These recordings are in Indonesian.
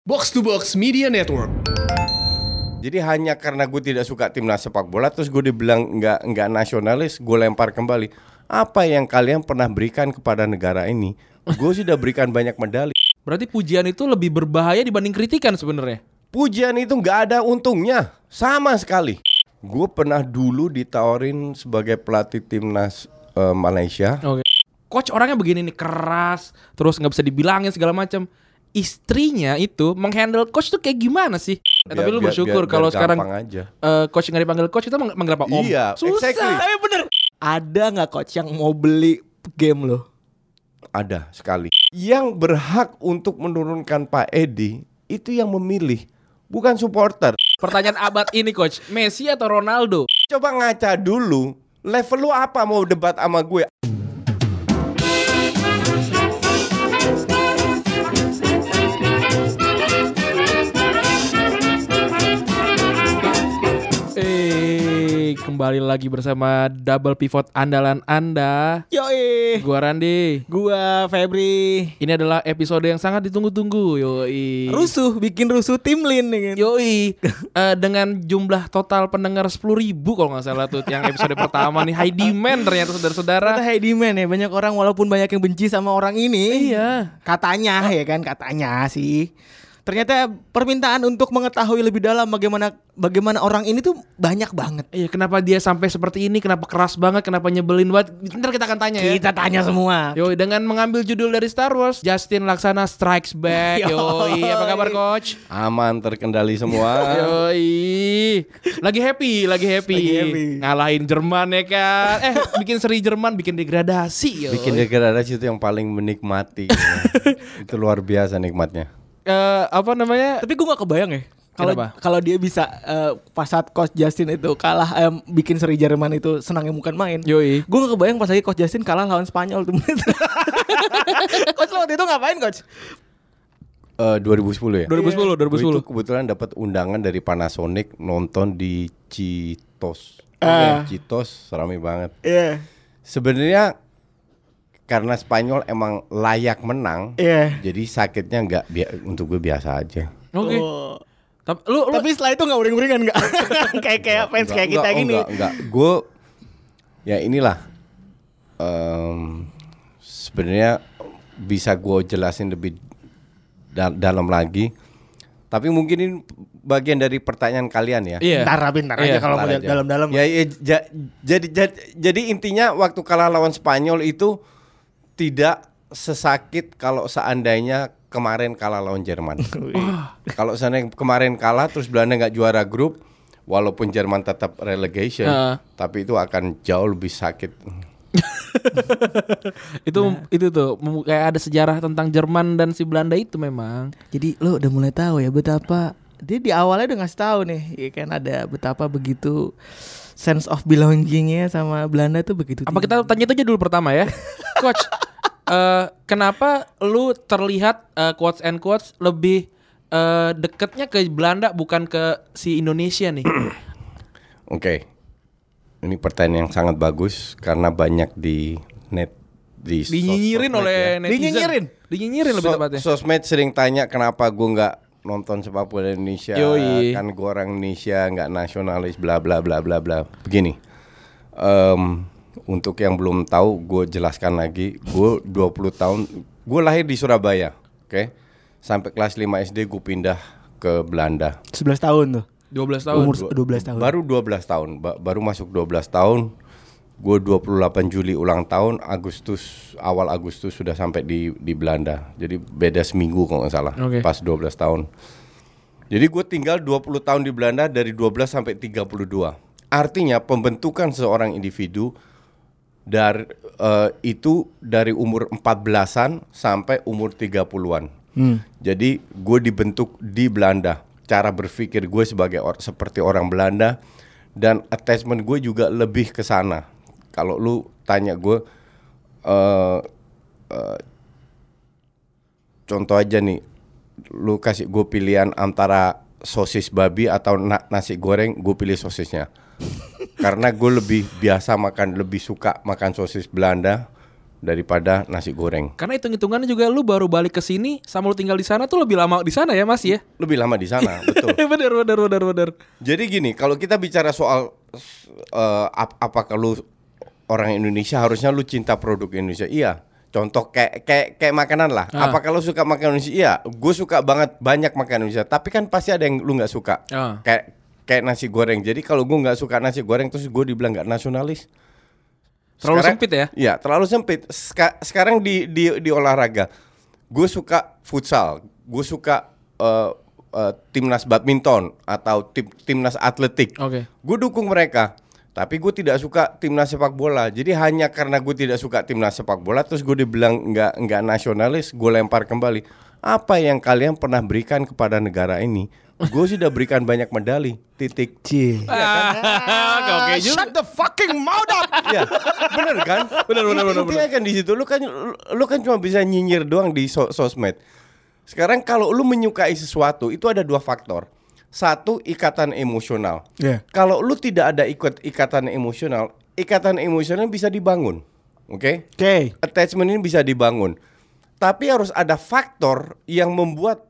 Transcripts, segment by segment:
Box to Box Media Network. Jadi hanya karena gue tidak suka timnas sepak bola, terus gue dibilang nggak nasionalis, gue lempar kembali. Apa yang kalian pernah berikan kepada negara ini? Gue sudah berikan banyak medali. Berarti pujian itu lebih berbahaya dibanding kritikan sebenarnya. Pujian itu nggak ada untungnya, sama sekali. Gue pernah dulu ditawarin sebagai pelatih timnas Malaysia. Oke. Coach orangnya begini nih, keras, terus nggak bisa dibilangin segala macam. Istrinya itu menghandle coach tuh kayak gimana sih? Tapi lu bersyukur kalau sekarang coach nggak dipanggil coach, itu manggil apa? Om. Iya, susah. exactly. Bener. Ada nggak coach yang mau beli game lo? Ada sekali. Yang berhak untuk menurunkan Pak Edi itu yang memilih, bukan supporter. Pertanyaan abad ini coach, Messi atau Ronaldo? Coba ngaca dulu, level lu apa mau debat sama gue? Kembali lagi bersama Double Pivot andalan Anda. Yoi. Gua Randi. Gua Febri. Ini adalah episode yang sangat ditunggu-tunggu. Yoi. Bikin rusuh tim Lin nih kan? Yoi. Dengan jumlah total pendengar 10.000 kalau nggak salah tuh yang episode pertama nih. High demand ternyata saudara-saudara. Ternyata high demand ya. Banyak orang walaupun banyak yang benci sama orang ini. Iya. Katanya ya kan, katanya sih. Ternyata permintaan untuk mengetahui lebih dalam bagaimana orang ini tuh banyak banget. Iya, kenapa dia sampai seperti ini? Kenapa keras banget? Kenapa nyebelin banget? Ntar kita akan tanya ya. Kita tanya semua. Yoi, dengan mengambil judul dari Star Wars, Justin Laksana Strikes Back. Yoi, apa kabar coach? Aman, terkendali semua. Yoi. Lagi happy. Ngalahin Jerman ya kan. Bikin seri Jerman, bikin degradasi. Yoi. Bikin degradasi itu yang paling menikmati. Itu luar biasa nikmatnya. Apa namanya? Tapi gue gak kebayang ya kalau dia bisa pas saat Coach Justin itu kalah bikin seri Jerman itu senangnya bukan main. Yoi. Gue gak kebayang pas lagi Coach Justin kalah lawan Spanyol tuh. Coach lo waktu itu ngapain coach? 2010 ya? 2010. Itu kebetulan dapat undangan dari Panasonic nonton di Citos. Citos rame banget. Iya. Sebenarnya karena Spanyol emang layak menang, jadi sakitnya untuk gue biasa aja. Oke. Oh. Tapi setelah itu nggak uring-uringan nggak? kayak fans kayak kita gini. Enggak. Gue ya inilah. Sebenarnya bisa gue jelasin lebih dalam lagi. Tapi mungkin ini bagian dari pertanyaan kalian ya. Iya. Pintar aja kalau mau dalam-dalam. Jadi intinya waktu kalah lawan Spanyol itu tidak sesakit kalau seandainya kemarin kalah lawan Jerman. Kalau seandainya kemarin kalah terus Belanda nggak juara grup, walaupun Jerman tetap relegation, tapi itu akan jauh lebih sakit. itu tuh kayak ada sejarah tentang Jerman dan si Belanda itu memang. Jadi lo udah mulai tahu ya betapa dia di awalnya udah ngasih tahu nih, ya kan ada betapa begitu sense of belongingnya sama Belanda tuh begitu. Apa kita tanya itu aja dulu pertama ya, Coach? Kenapa lu terlihat quotes and quotes lebih deketnya ke Belanda bukan ke si Indonesia nih? Oke. Ini pertanyaan yang sangat bagus karena banyak di net dinyinyirin oleh netizen. Dinyinyirin lebih tepatnya. Sosmed sering tanya kenapa gue nggak nonton sepak bola Indonesia. Yoi. Kan gue orang Indonesia, nggak nasionalis, bla bla bla bla bla. Begini. Untuk yang belum tahu, gue jelaskan lagi. Gue 20 tahun, gue lahir di Surabaya, oke? Sampai kelas 5 SD gue pindah ke Belanda. 11 tahun tuh. 12 tahun. Umur 12 tahun. Baru 12 tahun, baru masuk 12 tahun. Gue 28 Juli ulang tahun, awal Agustus sudah sampai di Belanda. Jadi beda seminggu kalau nggak salah, pas 12 tahun. Jadi gue tinggal 20 tahun di Belanda dari 12 sampai 32. Artinya pembentukan seorang individu dari umur 14-an sampai umur 30-an. Jadi gue dibentuk di Belanda. Cara berpikir gue seperti orang Belanda, dan attachment gue juga lebih ke sana. Kalau lu tanya gue, contoh aja nih, lu kasih gue pilihan antara sosis babi atau nasi goreng, gue pilih sosisnya. Karena gue lebih suka makan sosis Belanda, daripada nasi goreng. Karena hitung-hitungannya juga lu baru balik ke sini sama lu tinggal di sana tuh lebih lama di sana ya Mas ya? Lebih lama di sana, betul. Bener. Jadi gini, kalau kita bicara soal apakah lu orang Indonesia harusnya lu cinta produk Indonesia? Iya. Contoh kayak makanan lah. Apakah lu suka makan Indonesia? Iya, gue suka banget banyak makan Indonesia. Tapi kan pasti ada yang lu nggak suka. Kayak nasi goreng. Jadi kalau gue nggak suka nasi goreng terus gue dibilang nggak nasionalis. Terlalu sempit ya? Iya, terlalu sempit. Sekarang di olahraga, gue suka futsal, gue suka timnas badminton atau timnas atletik. Gue dukung mereka. Tapi gue tidak suka timnas sepak bola. Jadi hanya karena gue tidak suka timnas sepak bola, terus gue dibilang nggak nasionalis, gue lempar kembali. Apa yang kalian pernah berikan kepada negara ini? Gue sudah berikan banyak medali. Titik. Oke, shut the fucking mouth up. Ya, bener kan? Bener. Intinya kan di situ lu kan cuma bisa nyinyir doang di sosmed. Sekarang kalau lu menyukai sesuatu itu ada dua faktor. Satu, ikatan emosional. Kalau lu tidak ada ikatan emosional bisa dibangun. Oke? Attachment ini bisa dibangun. Tapi harus ada faktor yang membuat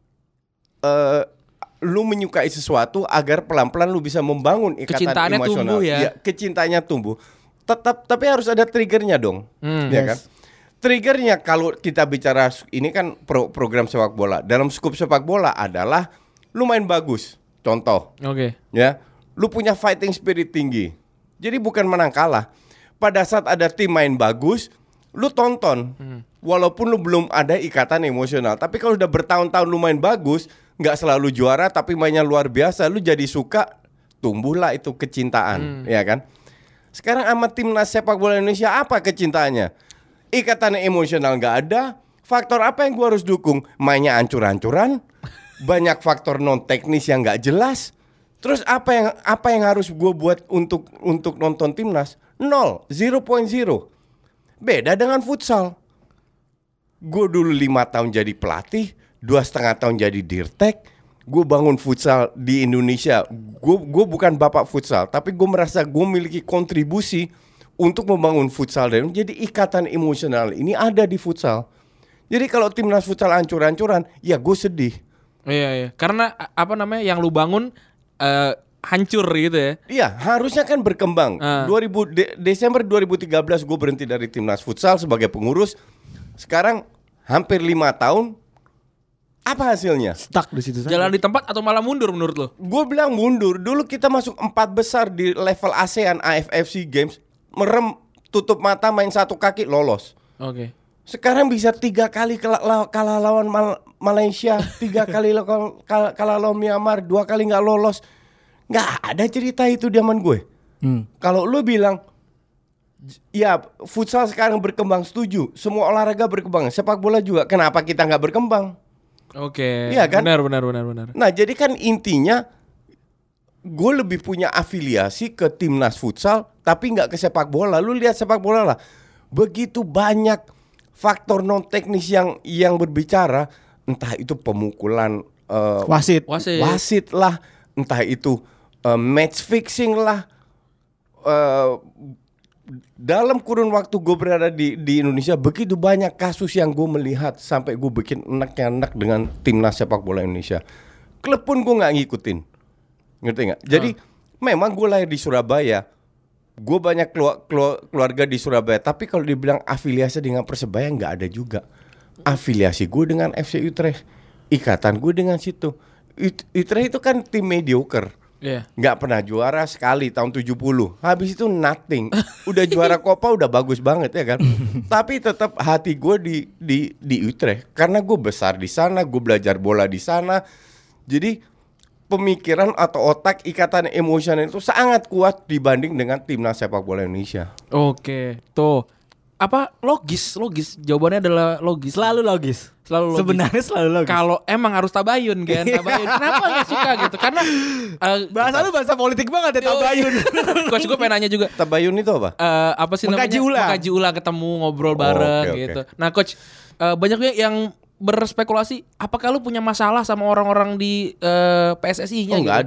lu menyukai sesuatu agar pelan-pelan lu bisa membangun ikatan emosional. Tumbuh ya. Kecintaannya tumbuh. Tapi harus ada triggernya dong. Ya kan? Triggernya kalau kita bicara ini kan program sepak bola. Dalam skup sepak bola adalah lu main bagus, contoh. Ya, lu punya fighting spirit tinggi. Jadi bukan menang kalah. Pada saat ada tim main bagus, lu tonton. Walaupun lu belum ada ikatan emosional. Tapi kalau udah bertahun-tahun lu main bagus, nggak selalu juara tapi mainnya luar biasa, lu jadi suka, tumbuhlah itu kecintaan, ya kan? Sekarang sama timnas sepak bola Indonesia apa kecintaannya? Ikatan emosional nggak ada. Faktor apa yang gua harus dukung? Mainnya ancur-ancuran. Banyak faktor non teknis yang nggak jelas. Terus apa yang harus gue buat untuk nonton timnas? 0. Beda dengan futsal. Gue dulu 5 tahun jadi pelatih, 2,5 tahun jadi dirtek. Gue bangun futsal di Indonesia. Gue bukan bapak futsal, tapi gue merasa gue memiliki kontribusi untuk membangun futsal. Dan jadi ikatan emosional ini ada di futsal. Jadi kalau timnas futsal hancur-hancuran, ya gue sedih. Iya. Karena yang lu bangun hancur gitu ya. Iya, harusnya kan berkembang. Desember 2013 gue berhenti dari timnas futsal sebagai pengurus. Sekarang hampir 5 tahun. Apa hasilnya? Stuck di situ. Jalan di tempat atau malah mundur menurut lo? Gue bilang mundur. Dulu kita masuk 4 besar di level ASEAN AFFC Games. Merem, tutup mata, main satu kaki, lolos. Sekarang bisa 3 kali kalah lawan Malaysia, 3 kali kalah lawan Myanmar, 2 kali nggak lolos. Nggak ada cerita itu di zaman gue. Kalau lu bilang, ya futsal sekarang berkembang, setuju. Semua olahraga berkembang, sepak bola juga. Kenapa kita nggak berkembang? Iya kan? Benar. Nah jadi kan intinya, gue lebih punya afiliasi ke timnas futsal, tapi nggak ke sepak bola. Lu lihat sepak bola lah, begitu banyak faktor non teknis yang berbicara, entah itu pemukulan wasit lah, entah itu match fixing lah. Dalam kurun waktu gue berada di Indonesia, begitu banyak kasus yang gue melihat sampai gue bikin enak dengan timnas sepak bola Indonesia. Klub pun gue nggak ngikutin, ngerti nggak? Jadi memang gue lahir di Surabaya. Gue banyak keluarga di Surabaya, tapi kalau dibilang afiliasi dengan Persebaya nggak ada juga. Afiliasi gue dengan FC Utrecht, ikatan gue dengan situ. Utrecht itu kan tim mediocre, nggak pernah juara sekali tahun 70. Habis itu nothing. Udah juara Copa udah bagus banget ya kan. Tapi tetap hati gue di Utrecht karena gue besar di sana, gue belajar bola di sana. Jadi pemikiran atau otak ikatan emosional itu sangat kuat dibanding dengan timnas sepak bola Indonesia. Tuh. Apa logis? Jawabannya adalah logis. Selalu logis. Sebenarnya selalu logis. Kalau emang harus tabayun kan, kenapa nggak suka gitu? Karena bahasa lu bahasa politik banget ya, tabayun. Coach gue pengen nanya juga. Tabayun itu apa? Apa sih namanya? Mengkaji ulang, ketemu, ngobrol bareng gitu. Nah coach, banyak yang berspekulasi, apakah lu punya masalah sama orang-orang di PSSI-nya? Nggak ada.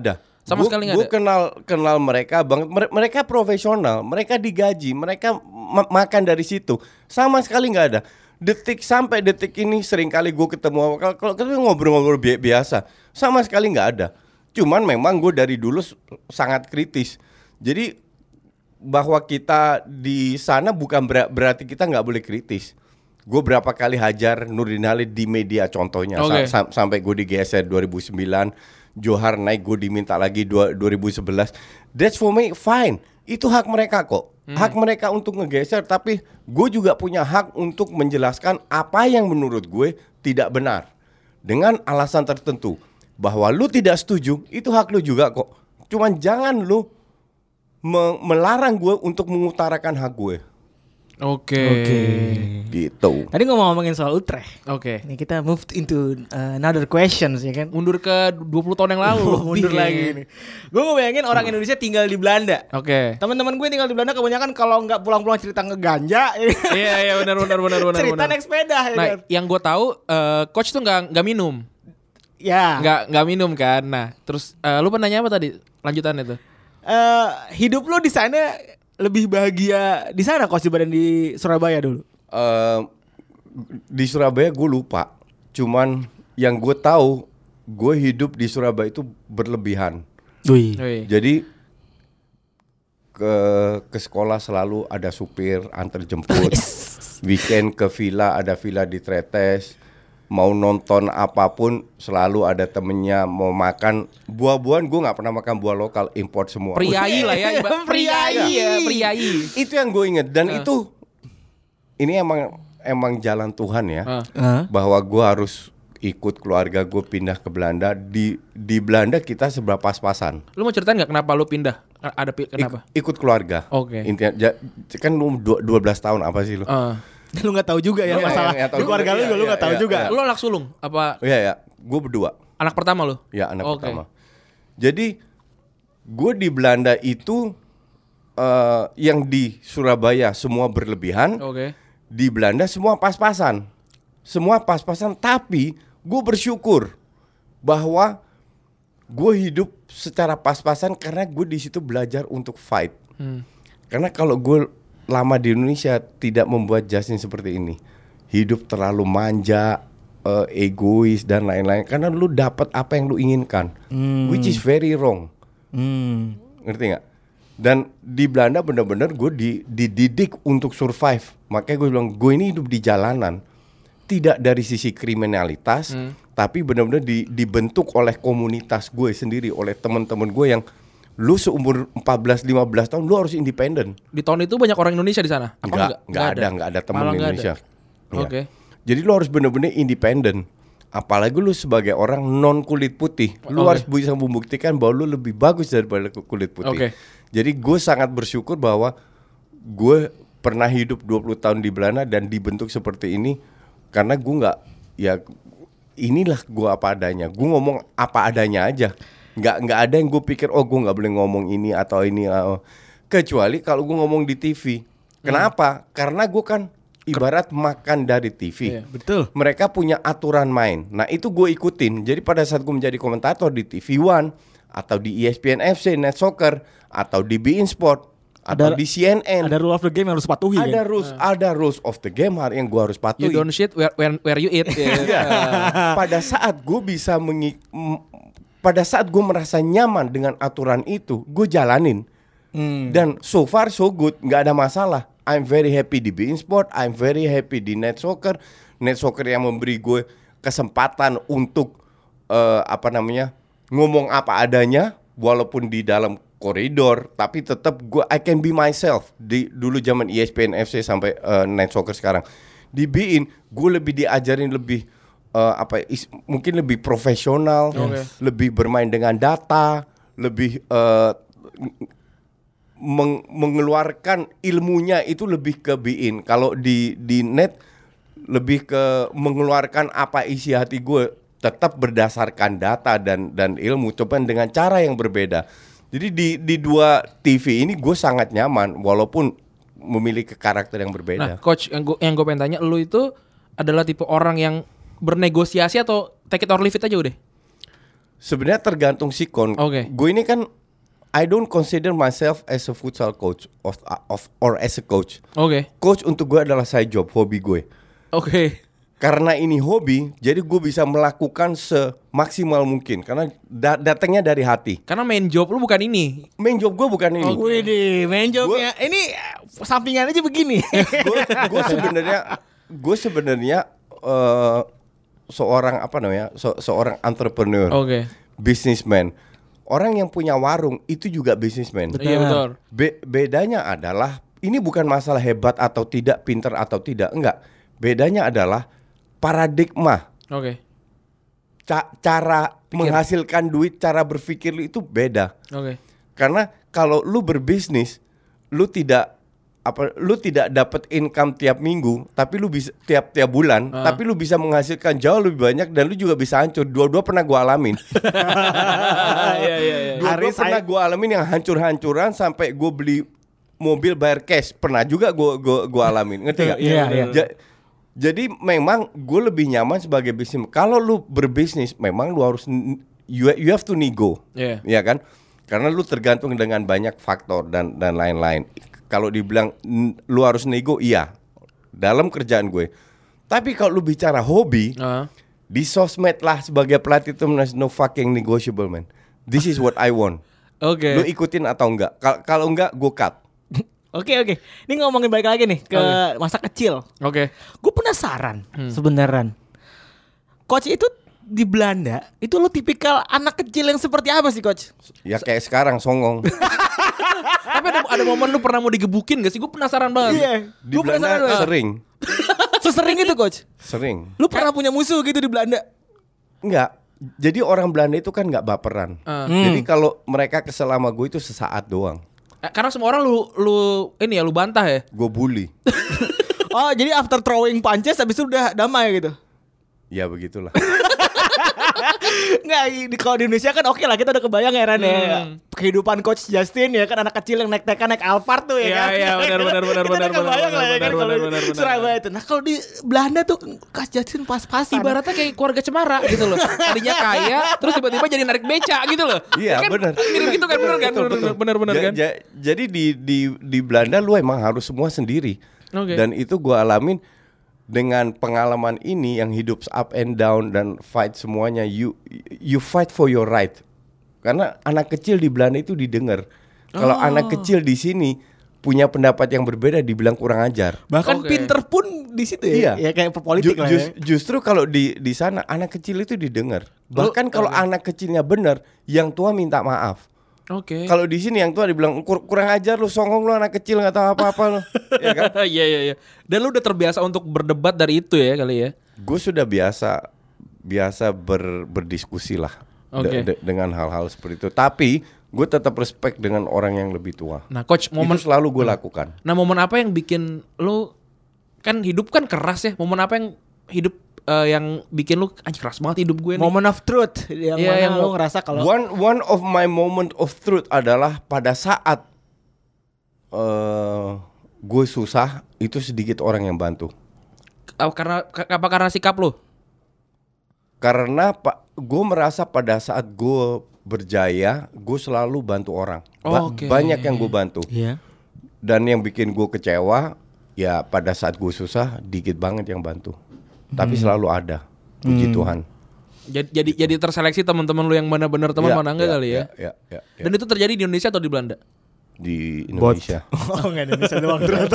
Sama sekali nggak ada. Gue kenal mereka banget. Mereka profesional, mereka digaji, mereka makan dari situ. Sama sekali nggak ada. Sampai detik ini sering kali gue ketemu, kalau ngobrol-ngobrol biasa, sama sekali nggak ada. Cuman memang gue dari dulu sangat kritis. Jadi bahwa kita di sana bukan berarti kita nggak boleh kritis. Gue berapa kali hajar Nurdin Halid di media contohnya, sampai gue digeser 2009, Johar naik gue diminta lagi 2011. That's for me fine, itu hak mereka kok, hak mereka untuk ngegeser. Tapi gue juga punya hak untuk menjelaskan apa yang menurut gue tidak benar dengan alasan tertentu. Bahwa lu tidak setuju, itu hak lu juga kok. Cuman jangan lu melarang gue untuk mengutarakan hak gue. Oke. Gitu. Tadi ngomongin soal Utrecht. Oke. Ini kita move into another questions ya kan. Mundur ke 20 tahun yang lalu. Mundur lagi nih. Gue ngebayangin orang Indonesia tinggal di Belanda. Oke. Teman-teman gue tinggal di Belanda kebanyakan kalau nggak pulang-pulang cerita ngeganja. Iya benar. Cerita naik sepeda. Nah, yang gue tahu coach tuh nggak minum. Ya. Nggak minum kan. Nah, terus lu pernah nanya apa tadi? Lanjutannya tuh. Hidup lu di sana lebih bahagia di sana coach dibanding di Surabaya dulu? Di Surabaya gue lupa. Cuman yang gue tahu, gue hidup di Surabaya itu berlebihan. Jadi ke sekolah selalu ada supir antar jemput. Weekend ke villa, ada villa di Tretes. Mau nonton apapun selalu ada temennya. Mau makan buah-buahan, gue nggak pernah makan buah lokal, import semua. Priai lah ya, priai. Itu yang gue inget. Dan itu ini emang jalan Tuhan ya. Bahwa gue harus ikut keluarga gue pindah ke Belanda. Di Belanda kita seberapa pas-pasan. Lu mau ceritain nggak kenapa lu pindah? Kenapa? Ikut keluarga. Oke. Intinya kan lu 12 tahun apa sih lu? Lu nggak tahu juga ya masalah di keluarga lu juga lu nggak tahu juga. Lu anak sulung apa? Iya, gue berdua. Anak pertama lu? Ya, anak pertama. Jadi gue di Belanda itu yang di Surabaya semua berlebihan. Di Belanda semua pas-pasan. Tapi gue bersyukur bahwa gue hidup secara pas-pasan karena gue di situ belajar untuk fight. Karena kalau gue lama di Indonesia tidak membuat Justin seperti ini. Hidup terlalu manja, egois dan lain-lain. Karena lu dapat apa yang lu inginkan, which is very wrong. Ngerti nggak? Dan di Belanda benar-benar gue dididik untuk survive. Makanya gue bilang gue ini hidup di jalanan, tidak dari sisi kriminalitas, tapi benar-benar dibentuk oleh komunitas gue sendiri, oleh teman-teman gue yang lu seumur 14-15 tahun lu harus independen. Di tahun itu banyak orang Indonesia di sana? Enggak ada teman Indonesia. Oke. Jadi lu harus benar-benar independen. Apalagi lu sebagai orang non kulit putih, lu harus bisa membuktikan bahwa lu lebih bagus daripada kulit putih. Jadi gue sangat bersyukur bahwa gue pernah hidup 20 tahun di Belanda dan dibentuk seperti ini karena gue inilah gue apa adanya. Gue ngomong apa adanya aja. Nggak ada yang gue pikir gue nggak boleh ngomong ini atau ini, kecuali kalau gue ngomong di TV. Kenapa? Karena gue kan ibarat makan dari TV. Betul. Mereka punya aturan main. Nah itu gue ikutin. Jadi pada saat gue menjadi komentator di TV One atau di ESPN FC, Net Soccer atau di beIN Sport atau di CNN, ada rule of the game yang harus patuhi. Ada rules of the game yang gue harus patuhi. You don't shit where you eat. Pada saat gue bisa pada saat gue merasa nyaman dengan aturan itu, gue jalanin. Dan so far so good, nggak ada masalah. I'm very happy di beIN Sport, I'm very happy di Net Soccer. Net Soccer yang memberi gue kesempatan untuk ngomong apa adanya, walaupun di dalam koridor, tapi tetap gue I can be myself. Dulu zaman ESPN FC sampai Net Soccer sekarang. Di beIN gue lebih diajarin lebih mungkin lebih profesional, lebih bermain dengan data, lebih mengeluarkan ilmunya itu lebih ke beIN. Kalau di net lebih ke mengeluarkan apa isi hati gue, tetap berdasarkan data dan ilmu, coba dengan cara yang berbeda. Jadi di dua TV ini gue sangat nyaman walaupun memiliki karakter yang berbeda. Nah, coach, yang gue pengen tanya, lu itu adalah tipe orang yang bernegosiasi atau take it or leave it aja udah? Sebenarnya tergantung sikon. Gue ini kan I don't consider myself as a futsal coach or as a coach. Coach untuk gue adalah side job, hobi gue. Karena ini hobi, jadi gue bisa melakukan semaksimal mungkin. Karena datangnya dari hati. Karena main job lu bukan ini. Main job gue bukan ini. Main jobnya ini sampingan aja begini. Gue sebenarnya seorang seorang entrepreneur, businessman. Orang yang punya warung itu juga businessman. Iya betul. Bedanya adalah ini bukan masalah hebat atau tidak, pinter atau tidak, enggak. Bedanya adalah paradigma. Cara menghasilkan duit, cara berpikir lu itu beda. Karena kalau lu berbisnis, lu tidak dapat income tiap minggu, tapi lu bisa tiap bulan, tapi lu bisa menghasilkan jauh lebih banyak dan lu juga bisa hancur. Dua-dua pernah gua alamin. Dua-dua pernah gua alamin yang hancur-hancuran sampai gua beli mobil bayar cash. Pernah juga gua alamin. Ngerti gak? Jadi memang gue lebih nyaman sebagai bisnis. Kalau lu berbisnis, memang lu harus you have to nego, ya kan? Karena lu tergantung dengan banyak faktor dan lain-lain. Kalau dibilang lu harus nego, iya, dalam kerjaan gue. Tapi kalau lu bicara hobi, di sosmed lah sebagai pelatih itu no fucking negotiable, man. This is what I want. Lu ikutin atau enggak? Kalau enggak, gue cut. Oke. Ini ngomongin balik lagi nih ke masa kecil. Gue penasaran sebenarnya. Coach itu di Belanda, itu lo tipikal anak kecil yang seperti apa sih, Coach? Ya kayak sekarang songong. Tapi ada momen lu pernah mau digebukin gak sih? Gue penasaran banget. Iya. Di Belanda sering. Sesering itu, Coach? Sering. Lu pernah punya musuh gitu di Belanda? Enggak. Jadi orang Belanda itu kan gak baperan. Jadi kalau mereka kesel sama gue itu sesaat doang. Karena semua orang lu bantah ya? Gue bully. Oh, jadi after throwing punches habis itu udah damai gitu? Ya begitulah. Nggak, kalau di Indonesia kan oke lah, kita udah kebayang ya Ran ya. Kehidupan Coach Justin ya kan, anak kecil yang naik Alphard tuh ya kan. Iya benar. Surabaya itu. Nah kalau di Belanda tuh Coach Justin pas-pasan. Ibaratnya kayak keluarga Cemara gitu loh. Tadinya kaya, terus tiba-tiba jadi narik beca gitu loh. Iya kan, benar. Mirip gitu kan, benar kan. Jadi di Belanda lu emang harus semua sendiri. Dan itu gue alamin. Dengan pengalaman ini yang hidup up and down dan fight semuanya, you fight for your right. Karena anak kecil di Belanda itu didengar. Kalau anak kecil di sini punya pendapat yang berbeda dibilang kurang ajar. Bahkan pinter pun di situ ya. Iya. Ya kayak politik lah ya. Justru kalau di sana anak kecil itu didengar. Bahkan kalau anak kecilnya benar, yang tua minta maaf. Kalau di sini yang tua dibilang kurang ajar lu, songong lu, anak kecil nggak tahu apa-apa lu. Ya kan? Iya. Dan lu udah terbiasa untuk berdebat dari itu ya kali ya? Gue sudah biasa berdiskusi lah dengan hal-hal seperti itu. Tapi gue tetap respect dengan orang yang lebih tua. Nah, Coach, momen itu selalu gue lakukan. Nah, momen apa yang bikin lu, kan hidup kan keras ya? Momen apa yang hidup yang bikin lu keras banget hidup gue nih? Moment of truth yang mana yang lu ngerasa kalau one of my moment of truth adalah pada saat gue susah, itu sedikit orang yang bantu. Karena sikap lu? Karena gue merasa pada saat gue berjaya, gue selalu bantu orang. Banyak yang gue bantu. Dan yang bikin gue kecewa, ya pada saat gue susah, dikit banget yang bantu. Tapi selalu ada, puji Tuhan. Jadi terseleksi teman-teman lu yang benar-benar teman, mana enggak kali ya? Dan itu terjadi di Indonesia atau di Belanda? Di Indonesia. Enggak, Indonesia doang ternyata.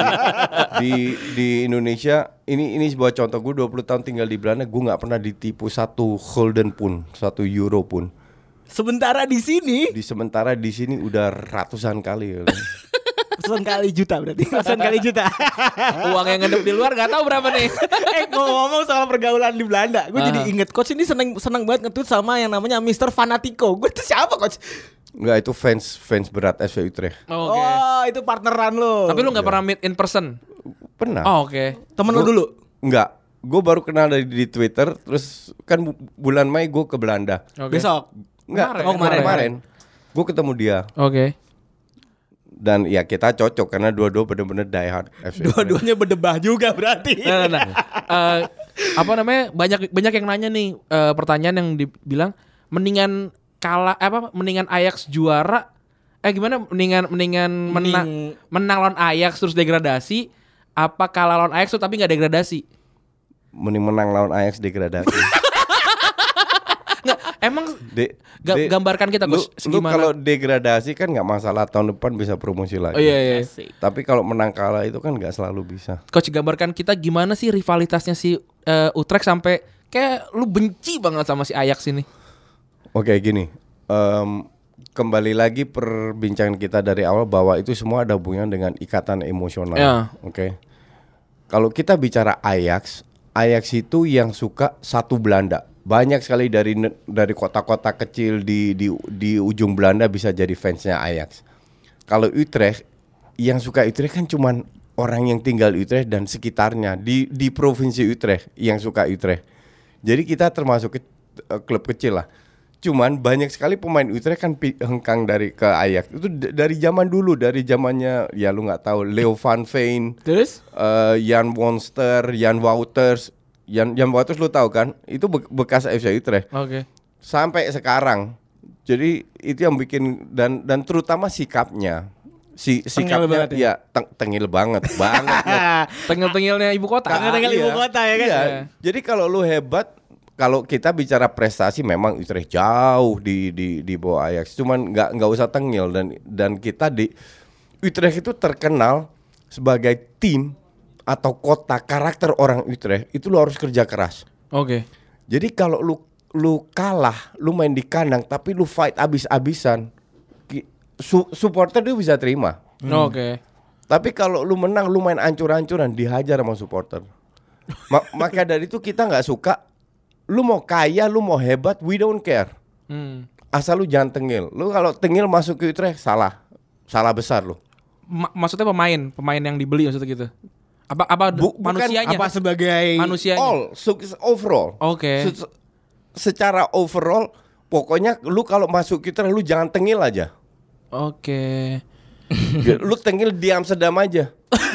Di Indonesia, ini sebuah contoh. Gue 20 tahun tinggal di Belanda, gue gak pernah ditipu 1 gulden pun, 1 euro pun. Sementara di sini udah ratusan kali. Ratusan kali juta berarti. Ratusan kali juta. Uang yang ngedep di luar gak tahu berapa nih. Ngomong soal pergaulan di Belanda, gue jadi inget Coach ini seneng banget nge-tweet sama yang namanya Mr. Fanatico. Gue tuh siapa, Coach? Enggak, itu fans berat SV Utrecht. Oh, itu partneran lo. Tapi lu gak pernah meet in person? Pernah. Temen lu dulu? Enggak. Gue baru kenal di Twitter. Terus kan bulan Mei gue ke Belanda. Besok? Enggak, kemarin. Gue ketemu dia. Dan ya kita cocok karena dua-dua benar-benar die hard FC. Dua-duanya berdebah juga berarti. Apa namanya? Banyak yang nanya nih, pertanyaan yang dibilang, mendingan mendingan Ajax juara mendingan menang lawan Ajax terus degradasi apa kalah lawan Ajax tapi nggak degradasi? Mending menang lawan Ajax degradasi. Nggak, emang gambarkan kita Coach lu kalau degradasi kan nggak masalah, tahun depan bisa promosi lagi. Oh iya. Tapi kalau menang kalah itu kan nggak selalu bisa. Coach, gambarkan kita gimana sih rivalitasnya si Utrecht sampai kayak lu benci banget sama si Ajax ini. Oke, gini. Kembali lagi perbincangan kita dari awal bahwa itu semua ada hubungan dengan ikatan emosional. Oke. Kalau kita bicara Ajax itu yang suka satu Belanda. Banyak sekali dari kota-kota kecil di ujung Belanda bisa jadi fansnya Ajax. Kalau Utrecht, yang suka Utrecht kan cuman orang yang tinggal Utrecht dan sekitarnya di provinsi Utrecht yang suka Utrecht. Jadi kita termasuk klub kecil lah. Cuman banyak sekali pemain Utrecht kan hengkang ke Ajax. Itu dari zaman dulu, dari zamannya ya lu nggak tahu Leo van Veen, terus Jan Monster, Jan Wouters. Jan Wouters lu tahu kan? Itu bekas FC Utrecht. Oke. Sampai sekarang. Jadi itu yang bikin dan terutama sikapnya. Sikapnya ya tengil banget. Tengil-tengilnya ibu kota. Ibu kota ya kan. Iya. Jadi kalau lu hebat, kalau kita bicara prestasi memang Utrecht jauh di bawah Ajax. Cuman nggak usah tengil dan kita di Utrecht itu terkenal sebagai tim atau kota, karakter orang Utrecht itu lu harus kerja keras. Oke. Jadi kalau lu kalah, lu main di kandang tapi lu fight abis-abisan, supporter dia bisa terima. Oke. Tapi kalau lu menang, lu main ancur-ancuran, dihajar sama supporter. Maka dari itu kita nggak suka. Lu mau kaya, lu mau hebat, we don't care. Asal lu jangan tengil. Lu kalau tengil masuk ke Utrecht salah besar lu. Maksudnya pemain yang dibeli maksudnya gitu. Apa manusianya? Apa sebagai manusianya? Overall. Oke. Secara overall, pokoknya lu kalau masuk ke Utrecht lu jangan tengil aja. Oke. Lu tengil diam sedam aja.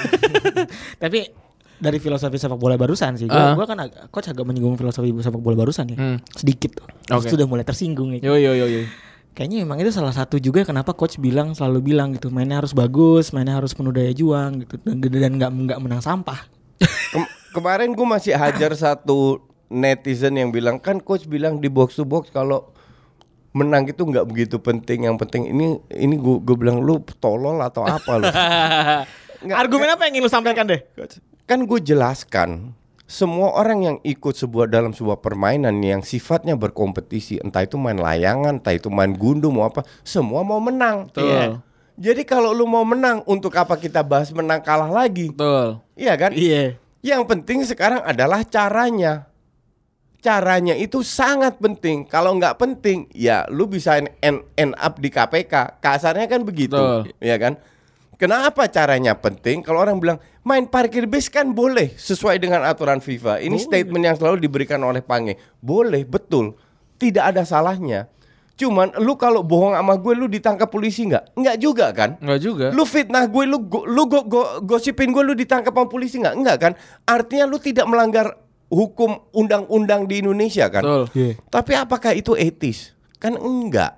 Tapi dari filosofi sepak bola barusan sih, gue kan coach agak menyinggung filosofi sepak bola barusan ya, sedikit tuh. Sudah mulai tersinggung ya. Yo. Kayaknya memang itu salah satu juga kenapa coach selalu bilang gitu, mainnya harus bagus, mainnya harus penuh daya juang gitu, dan nggak menang sampah. Kemarin gue masih hajar satu netizen yang bilang, kan coach bilang di box to box kalau menang itu nggak begitu penting, yang penting ini gue bilang lu tolol atau apa lu? Argumen apa yang ingin lu sampaikan deh? Kan gue jelaskan, semua orang yang ikut dalam sebuah permainan yang sifatnya berkompetisi, entah itu main layangan, entah itu main gundu mau apa, semua mau menang. Betul. Jadi kalau lu mau menang, untuk apa kita bahas menang kalah lagi? Betul. Iya kan? Iya. Yang penting sekarang adalah caranya. Caranya itu sangat penting. Kalau nggak penting, ya lu bisa end up di KPK. Kasarnya kan begitu, ya kan? Kenapa caranya penting? Kalau orang bilang main parkir bis kan boleh sesuai dengan aturan FIFA. Ini statement yang selalu diberikan oleh Pange. Boleh, betul. Tidak ada salahnya. Cuman lu kalau bohong sama gue, lu ditangkap polisi nggak? Nggak juga kan? Nggak juga. Lu fitnah gue, lu gosipin gue, lu ditangkap sama polisi nggak? Nggak kan? Artinya lu tidak melanggar hukum undang-undang di Indonesia kan? Betul. Tapi apakah itu etis? Kan enggak.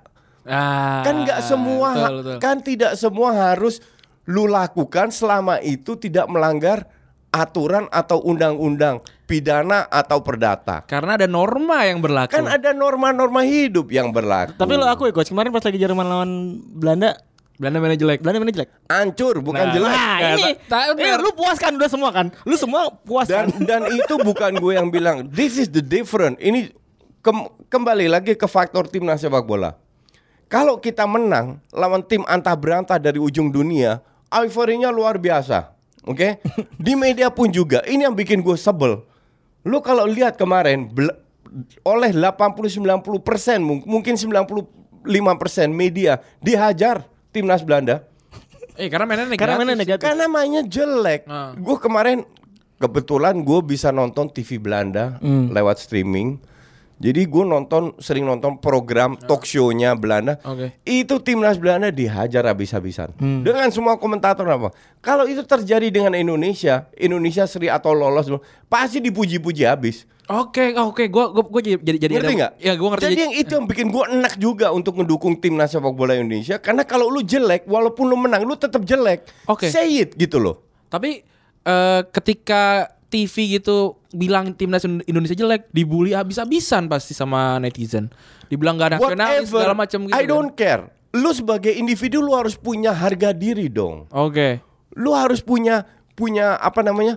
Kan enggak semua, betul. Kan tidak semua harus lu lakukan selama itu tidak melanggar aturan atau undang-undang pidana atau perdata. Karena ada norma yang berlaku. Kan ada norma-norma hidup yang berlaku. Tapi lo akui coach, kemarin pas lagi Jerman lawan Belanda mainnya jelek. Hancur, bukan jelek. Ini lu puas kan udah semua kan? Lu semua puas kan? Dan itu bukan gue yang bilang. This is the different. Ini kembali lagi ke faktor timnas sepak bola. Kalau kita menang lawan tim antah berantah dari ujung dunia, euforinya luar biasa. Oke? Di media pun juga. Ini yang bikin gue sebel. Lu kalau lihat kemarin oleh 80-90%, mungkin 95% media dihajar timnas Belanda. Karena mainnya negatif. Karena mainnya jelek. Gue kemarin kebetulan gue bisa nonton TV Belanda lewat streaming. Jadi gue sering nonton program talk show-nya Belanda. Itu timnas Belanda dihajar habis-habisan. Dengan semua komentator apa. Kalau itu terjadi dengan Indonesia seri atau lolos, pasti dipuji-puji habis. Oke, gue jadi ngerti nggak? Ya gue ngerti. Jadi yang itu yang bikin gue enak juga untuk mendukung timnas sepak bola Indonesia, karena kalau lu jelek, walaupun lu menang, lu tetap jelek. Say it gitu loh. Tapi ketika TV gitu bilang timnas Indonesia jelek, dibully habis-habisan pasti sama netizen. Dibilang gak nasionalis segala macam gitu. I don't care. Lu sebagai individu lu harus punya harga diri dong. Oke. Lu harus punya apa namanya?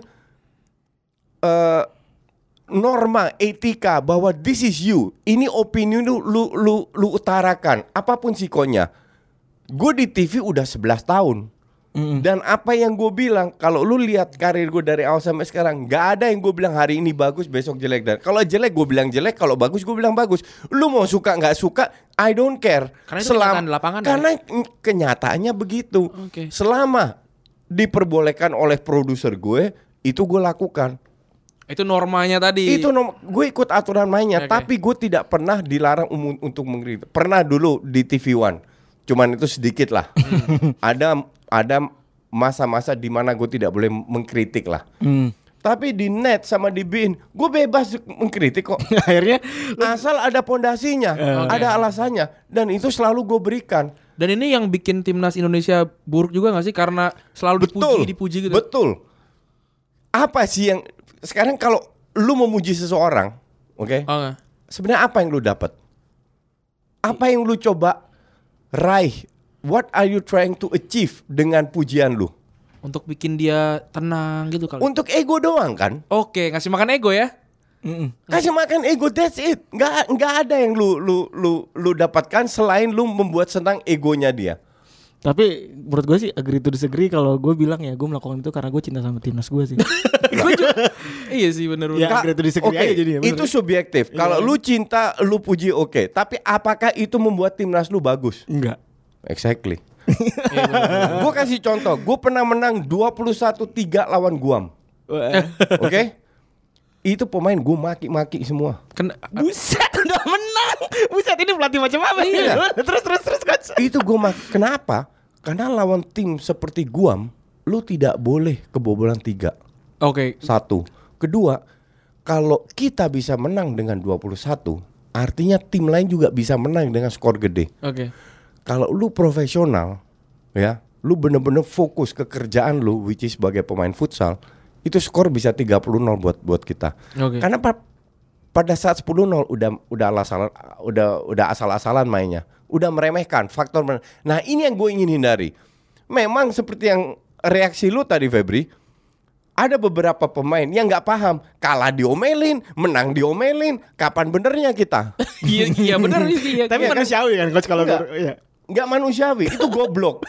Norma, etika bahwa this is you. Ini opini lu utarakan apapun sikonya. Gue di TV udah 11 tahun. Dan apa yang gue bilang, kalau lu lihat karir gue dari awal sampai sekarang, gak ada yang gue bilang hari ini bagus, besok jelek. Dan kalau jelek gue bilang jelek, kalau bagus gue bilang bagus. Lu mau suka nggak suka, I don't care. Karena itu kenyataan di lapangan. Karena kenyataannya begitu. Selama diperbolehkan oleh produser gue, itu gue lakukan. Itu normanya tadi. Gue ikut aturan mainnya, tapi gue tidak pernah dilarang untuk mengkritik. Pernah dulu di TV One, cuman itu sedikit lah. Ada masa-masa di mana gue tidak boleh mengkritik lah. Tapi di net sama di BIN, gue bebas mengkritik kok. Akhirnya asal ada pondasinya, ada alasannya, dan itu selalu gue berikan. Dan ini yang bikin timnas Indonesia buruk juga gak sih? Karena selalu dipuji gitu. Betul. Apa sih yang sekarang kalau lu memuji seseorang, sebenarnya apa yang lu dapat? Apa yang lu coba raih? What are you trying to achieve dengan pujian lu? Untuk bikin dia tenang gitu kali. Untuk ego doang kan? Oke, ngasih makan ego ya. Kasih makan ego, that's it. Nggak ada yang lu dapatkan selain lu membuat senang egonya dia. Tapi menurut gue sih agree to disagree kalau gue bilang ya gue melakukan itu karena gue cinta sama timnas gue sih. Iya sih benar. Ya, agree to disagree aja jadinya. Itu subjektif. Kalau lu cinta, lu puji oke. Tapi apakah itu membuat timnas lu bagus? Enggak. Exactly. Gue kasih contoh. Gue pernah menang 21-3 lawan Guam. Oke? Itu pemain gue maki-maki semua. Buset, udah menang. Buset, ini pelatih macam apa? Iya. Terus coach. Itu gue kenapa? Karena lawan tim seperti Guam, lu tidak boleh kebobolan 3. Satu. Kedua, kalau kita bisa menang dengan 21, artinya tim lain juga bisa menang dengan skor gede. Kalau lu profesional, ya, lu bener-bener fokus ke kerjaan lu, which is sebagai pemain futsal, itu skor bisa 30-0 buat kita. Karena pada saat 10-0 udah asal-asalan mainnya, udah meremehkan faktor. Nah ini yang gue ingin hindari. Memang seperti yang reaksi lu tadi Febri, ada beberapa pemain yang nggak paham, kalah diomelin, menang diomelin, kapan benernya kita? Iya bener sih. Tapi manusiawi kan coach kalau nggak manusiawi, itu goblok.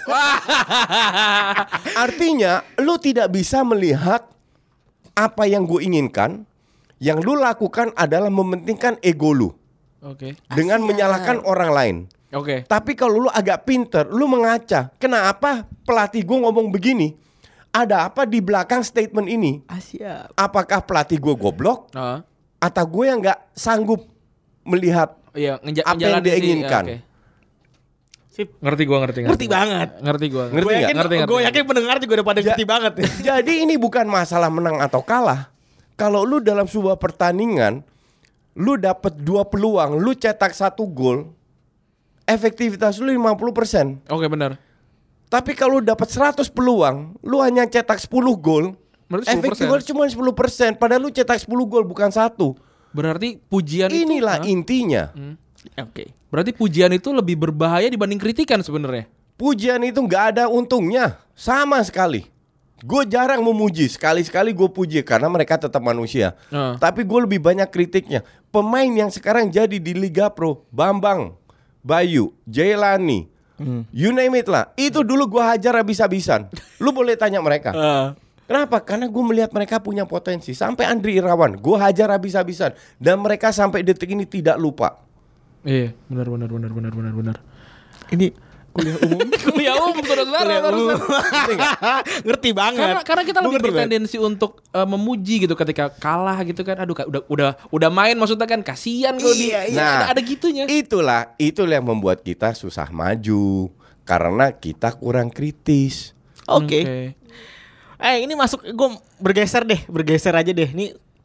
Artinya lu tidak bisa melihat apa yang gue inginkan. Yang lu lakukan adalah mementingkan ego lu. Dengan menyalahkan orang lain. Tapi kalau lu agak pinter, lu mengaca, kenapa pelatih gue ngomong begini? Ada apa di belakang statement ini? Apakah pelatih gue goblok? Atau gue yang nggak sanggup melihat apa yang dia inginkan? Ngerti banget. Gue yakin pendengar juga udah pada ngerti banget. Jadi ini bukan masalah menang atau kalah. Kalau lu dalam sebuah pertandingan, lu dapat 2 peluang, lu cetak 1 gol, efektivitas lu 50%. Benar. Tapi kalau dapat 100 peluang, lu hanya cetak 10 gol, efektivitas cuma 10%. Padahal lu cetak 10 gol bukan 1. Berarti pujian inilah intinya. Berarti pujian itu lebih berbahaya dibanding kritikan sebenarnya. Pujian itu nggak ada untungnya sama sekali. Gue jarang memuji, sekali-sekali gue puji karena mereka tetap manusia. Tapi gue lebih banyak kritiknya. Pemain yang sekarang jadi di Liga Pro, Bambang, Bayu, Jailani, you name it lah. Itu dulu gue hajar habis-habisan. Lu boleh tanya mereka. Kenapa? Karena gue melihat mereka punya potensi. Sampai Andri Irawan, gue hajar habis-habisan. Dan mereka sampai detik ini tidak lupa. Iya, benar. Ini kuliah umum saudara. Ngerti banget. Karena kita lebih bertendensi untuk memuji gitu ketika kalah gitu kan. Aduh, udah main maksudnya kan kasihan kalau ada gitunya. Itulah yang membuat kita susah maju karena kita kurang kritis. Ini masuk, gue bergeser aja deh. Ini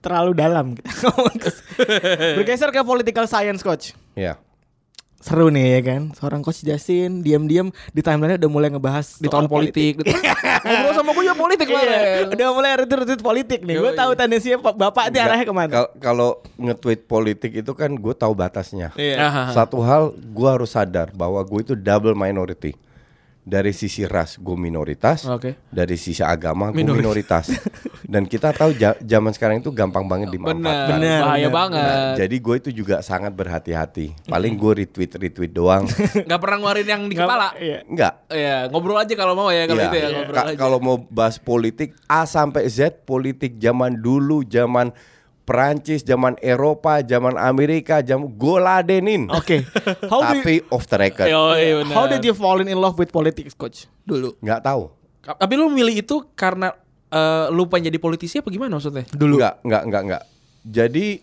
terlalu dalam. Bergeser ke political science, Coach. Iya. Seru nih ya kan. Seorang Coach Justin diam-diam di timeline udah mulai ngebahas di tahun politik. Ngobrol sama gue ya politik lah. Udah mulai retweet politik nih. Gue tahu tendensinya Bapak ini arahnya kemana. Kalau nge-tweet politik itu kan gue tahu batasnya. Iya. Satu hal gue harus sadar bahwa gue itu double minority. Dari sisi ras gue minoritas, dari sisi agama gue minoritas. Dan kita tahu zaman sekarang itu gampang banget dimanfaatkan. Bener, bahaya banget. Nah, jadi gue itu juga sangat berhati-hati. Paling gue retweet doang. Gak pernah ngeluarin yang di kepala. Enggak. Iya, ngobrol aja kalau mau ya kalau itu ya. Kalau mau bahas politik A sampai Z, politik zaman dulu, zaman Perancis, zaman Eropa, zaman Amerika, zaman gue ladenin. Oke. Tapi off the record. How did you fall in love with politics, Coach? Dulu. Nggak tahu. Tapi lu milih itu karena lu pengen jadi politisi apa gimana maksudnya? Dulu. Nggak. Jadi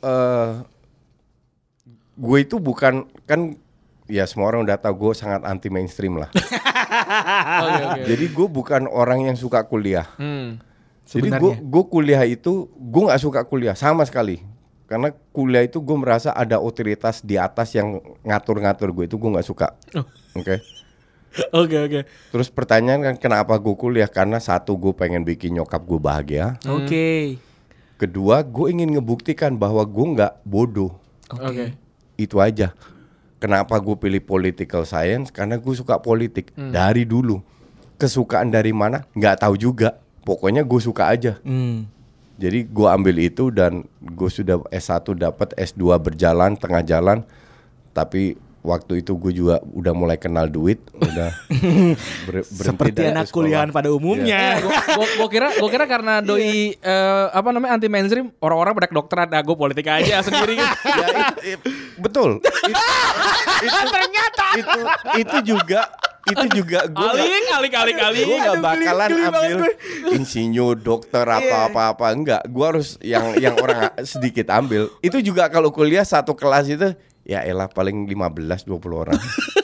gue itu bukan kan ya semua orang udah tahu gue sangat anti mainstream lah. Jadi gue bukan orang yang suka kuliah. Jadi gue kuliah itu gue nggak suka kuliah sama sekali karena kuliah itu gue merasa ada otoritas di atas yang ngatur-ngatur gue itu gue nggak suka. Oke. Terus pertanyaan kan kenapa gue kuliah? Karena satu gue pengen bikin nyokap gue bahagia. Kedua gue ingin ngebuktikan bahwa gue nggak bodoh. Itu aja. Kenapa gue pilih political science? Karena gue suka politik dari dulu. Kesukaan dari mana? Nggak tahu juga. Pokoknya gue suka aja. Jadi gue ambil itu dan gue sudah S1 dapat, S2 berjalan tengah jalan. Tapi waktu itu gue juga udah mulai kenal duit, udah berhenti seperti anak kuliahan pada umumnya. Gue kira karena doi anti mainstream, orang-orang pada kedokteran, gue politik aja sendiri. Betul. Ternyata itu juga gue kali gue nggak bakalan ambil insinyur, dokter apa enggak. Gue harus yang orang sedikit ambil. Itu juga kalau kuliah satu kelas itu ya elah paling 15-20 orang.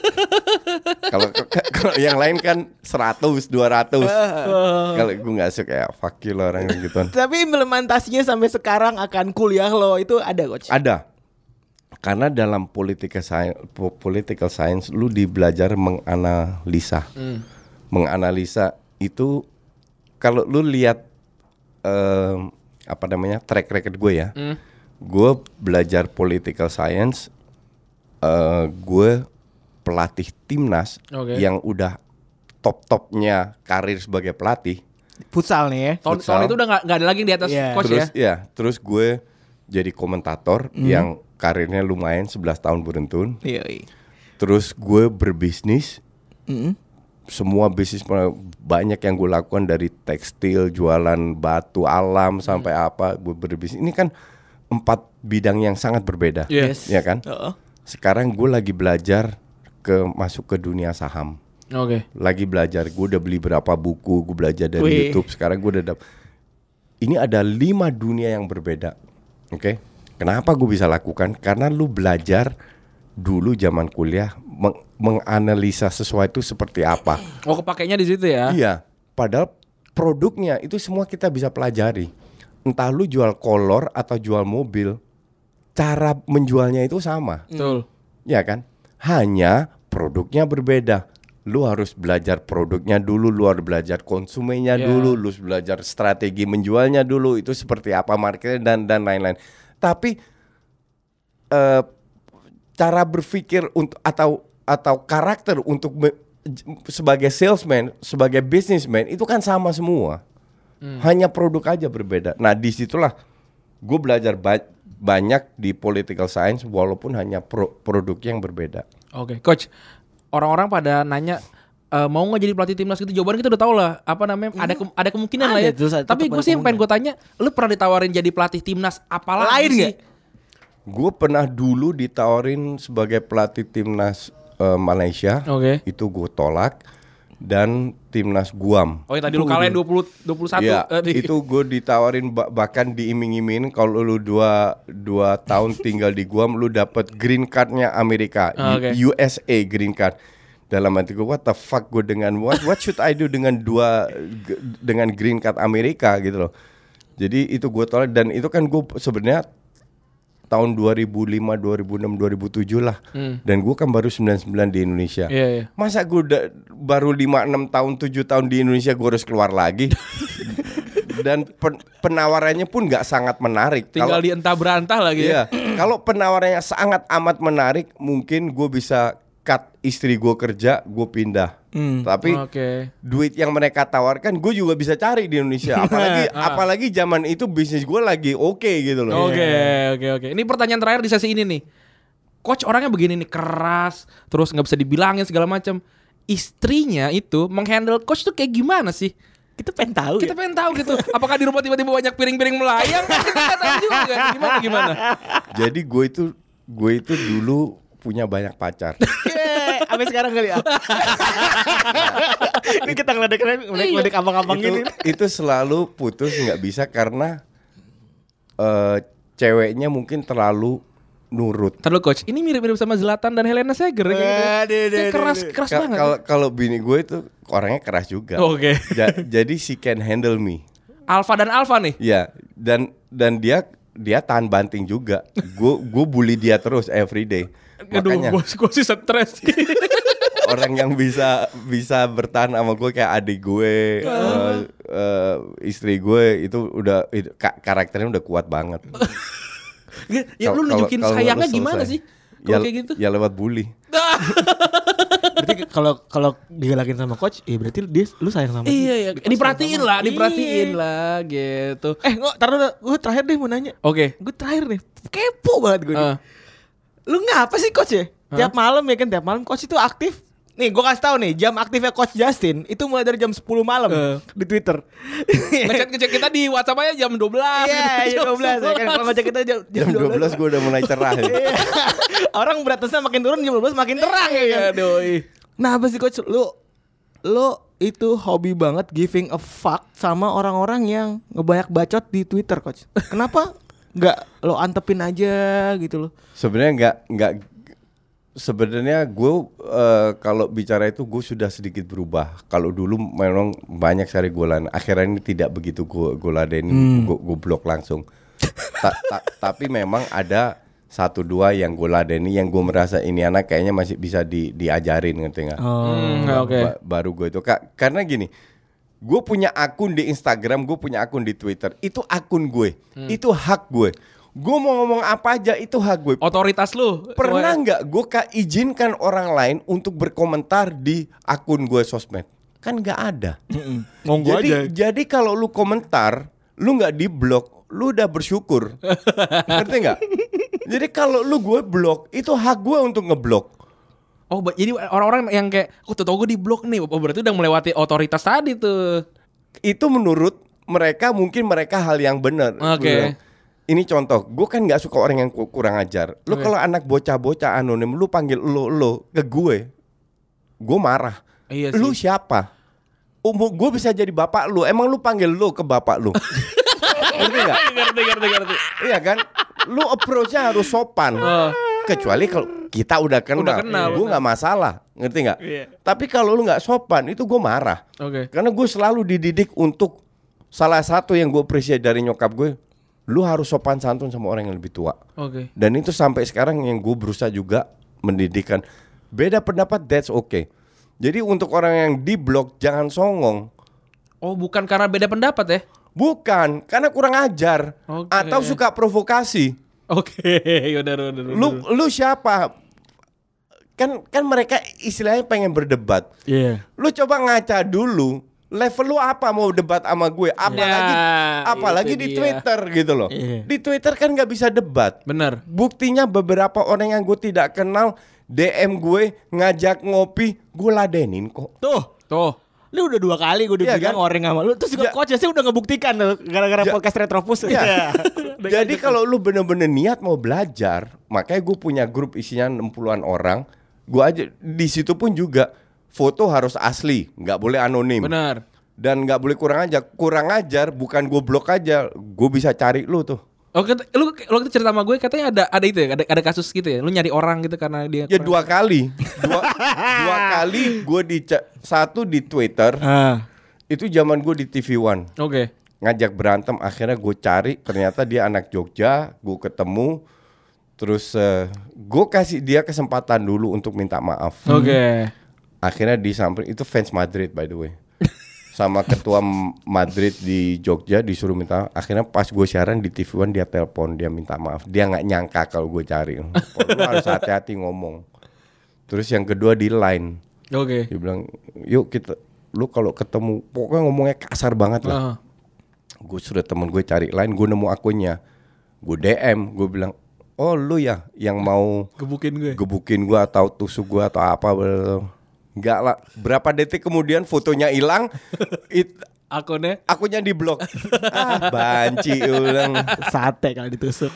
Kalau yang lain kan 100, 200. Kalau gue nggak suka ya fuck you lah orang gitu. Tapi implementasinya sampai sekarang akan kuliah lo itu ada, Coach? Ada. Karena dalam political science lu belajar menganalisa. Menganalisa itu kalau lu lihat track record gue ya. Gue belajar political science, gue pelatih timnas yang udah top-topnya karir sebagai pelatih. Futsal nih ya. Tahun itu udah nggak ada lagi di atas coach ya. Terus gue jadi komentator yang karirnya lumayan 11 tahun beruntun. Terus gue berbisnis. Semua bisnis banyak yang gue lakukan dari tekstil, jualan batu alam sampai apa. Gue berbisnis. Ini kan 4 bidang yang sangat berbeda. Ya kan? Sekarang gue lagi belajar masuk ke dunia saham. Lagi belajar. Gue udah beli berapa buku. Gue belajar dari YouTube. Sekarang gue udah ini ada 5 dunia yang berbeda. Kenapa gue bisa lakukan? Karena lu belajar dulu zaman kuliah menganalisa sesuatu seperti apa. Kepakainya di situ ya? Iya. Padahal produknya itu semua kita bisa pelajari. Entah lu jual kolor atau jual mobil, cara menjualnya itu sama. Betul. Ya kan? Hanya produknya berbeda. Lu harus belajar produknya dulu, lu harus belajar konsumennya dulu, lu harus belajar strategi menjualnya dulu, itu seperti apa marketnya dan lain-lain. Tapi cara berpikir atau karakter untuk sebagai salesman, sebagai businessman itu kan sama semua. Hanya produk aja berbeda. Nah, disitulah gue belajar banyak di political science walaupun hanya produk yang berbeda. Coach, orang-orang pada nanya mau nggak jadi pelatih timnas gitu, jawaban kita udah tahu lah ada kemungkinan lah ya. Tapi gue sih yang pengen gue tanya, lu pernah ditawarin jadi pelatih timnas apa lain sih? Gue pernah dulu ditawarin sebagai pelatih timnas Malaysia. Itu gue tolak. Dan timnas Guam. Yang tadi lu kalahin 21. Iya, itu gue ditawarin bahkan diiming-imingin kalau lu 2 tahun tinggal di Guam lu dapat green cardnya Amerika, USA green card. Dalam hati gue, what the fuck gue dengan what should I do dengan green card Amerika gitu loh. Jadi itu gue tolak, dan itu kan gue sebenarnya tahun 2005, 2006, 2007 lah. Dan gue kan baru 99 di Indonesia. Masa gue baru 5, 6 tahun, 7 tahun di Indonesia gue harus keluar lagi. Dan penawarannya pun gak sangat menarik. Tinggal di entah berantah lagi ya. Kalau penawarannya sangat amat menarik, mungkin gue bisa cut istri gue kerja, gue pindah. Tapi duit yang mereka tawarkan gue juga bisa cari di Indonesia. Apalagi zaman itu bisnis gue lagi oke gitu loh. Oke. Ini pertanyaan terakhir di sesi ini nih. Coach orangnya begini nih, keras, terus nggak bisa dibilangin segala macam. Istrinya itu menghandle coach tuh kayak gimana sih? Kita pengen tahu gitu. Apakah di rumah tiba-tiba banyak piring-piring melayang? Kita nggak tahu juga. Gimana? Jadi gue itu dulu punya banyak pacar. Sampai sekarang kali ya. Ini kita ngeledek abang-abang gini. Itu selalu putus nggak bisa karena ceweknya mungkin terlalu nurut. Terlalu coach. Ini mirip-mirip sama Zlatan dan Helena Seger gitu. Keras banget. Kalau bini gue itu orangnya keras juga. Jadi she can handle me. Alpha dan Alpha nih. Iya, dan dia tahan banting juga. Gue bully dia terus every day. Makanya gue sih stres. Orang yang bisa bertahan sama gue kayak adik gue, istri gue itu karakternya udah kuat banget. Ya lu nunjukin sayangnya gimana sih? Kayak gitu? Ya lewat bully. Berarti kalau digalakin sama coach, berarti lu sayang sama dia. Iya. Diperhatiin lah gitu. Taruh gue terakhir deh mau nanya. Oke. Gue terakhir nih. Kepo banget gue nih. Lu ngapa sih coach ya? Tiap malam ya kan, tiap malam coach itu aktif. Nih gue kasih tahu nih, jam aktifnya Coach Justin itu mulai dari jam 10 malam di Twitter. Ngechat kita di WhatsApp aja jam 12. Iya, jam 12 ya kan. Kalau ngechat kita jam 12 gue udah mulai cerah. Orang beratnya makin turun, jam 12 makin terang ya kan. Nah, apa sih coach, lu itu hobi banget giving a fuck sama orang-orang yang ngebanyak bacot di Twitter, coach. Kenapa enggak lo antepin aja gitu loh? Sebenarnya gue kalau bicara itu gue sudah sedikit berubah. Kalau dulu memang banyak sekali gue laden. Akhirnya ini tidak begitu gue ladenin, gue blok langsung. Tapi memang ada 1-2 yang gue ladeni, yang gue merasa ini anak kayaknya masih bisa diajarin, ngerti nggak? Baru gue itu karena gini, gue punya akun di Instagram, gue punya akun di Twitter. Itu akun gue, itu hak gue. Gue mau ngomong apa aja itu hak gue. Otoritas lu. Pernah nggak gue izinkan orang lain untuk berkomentar di akun gue sosmed? Kan nggak ada. Jadi kalau lu komentar, lu nggak diblok, lu udah bersyukur. Ngerti nggak? Jadi kalau lu gue blok, itu hak gue untuk ngeblok. Oh, jadi orang-orang yang kayak, tau gue diblok nih, berarti udah melewati otoritas tadi tuh. Itu menurut mereka mungkin mereka hal yang benar. Oke. Ini contoh, gue kan nggak suka orang yang kurang ajar. Lu kalau anak bocah-bocah anonim, lu panggil lo ke gue marah. Iya lu sih. Siapa? Gue bisa jadi bapak lu. Emang lu panggil lu ke bapak lu? Ngerti nggak? Ngerti. Iya kan? Lu approach-nya harus sopan. Kecuali kalau kita udah kenal. Gue nggak masalah, ngerti nggak? Tapi kalau lu nggak sopan, itu gue marah. Karena gue selalu dididik untuk salah satu yang gue appreciate dari nyokap gue. Lu harus sopan santun sama orang yang lebih tua. Dan itu sampai sekarang yang gue berusaha juga mendidikan. Beda pendapat, that's okay. Jadi untuk orang yang diblok jangan songong. Oh, bukan karena beda pendapat ya? Bukan, karena kurang ajar atau suka provokasi. Yaudah. Lu siapa? Kan mereka istilahnya pengen berdebat. Lu coba ngaca dulu. Level lu apa mau debat sama gue? Apalagi di Twitter gitu loh. Di Twitter kan nggak bisa debat. Bener. Buktinya beberapa orang yang gue tidak kenal DM gue ngajak ngopi, gue ladenin kok. Tuh. Lu udah 2 kali gue dibilang orang sama lu. Terus juga coach sih udah ngebuktikan gara-gara podcast Retropus. Jadi kalau lu bener-bener niat mau belajar, makanya gue punya grup isinya 60-an orang. Gue aja di situ pun juga foto harus asli, nggak boleh anonim. Benar. Dan nggak boleh kurang ajar. Bukan gue blok aja, gue bisa cari lu tuh. Lu cerita sama gue katanya ada itu ya, ada kasus gitu ya. Lu nyari orang gitu karena dia. Ya 2 kali, 2 kali gue satu di Twitter. Itu zaman gue di TV One. ngajak berantem. Akhirnya gue cari, ternyata dia anak Jogja. Gue ketemu, terus gue kasih dia kesempatan dulu untuk minta maaf. Oke. Akhirnya disamperin, itu fans Madrid by the way. Sama ketua Madrid di Jogja disuruh minta. Akhirnya pas gue siaran di TV One dia telepon, dia minta maaf. Dia nggak nyangka kalau gue cari. Lu harus hati-hati ngomong. Terus yang kedua di line. Oke. Dia bilang, yuk kita, lu kalau ketemu pokoknya ngomongnya kasar banget lah. Gue sudah temen gue cari line, gue nemu akunnya. Gue DM, gue bilang, oh lu ya yang mau gebukin gue atau tusuk gue atau apa. Enggak lah, berapa detik kemudian fotonya hilang, akunnya diblok. Banci ulang. Sate kalau ditusuk.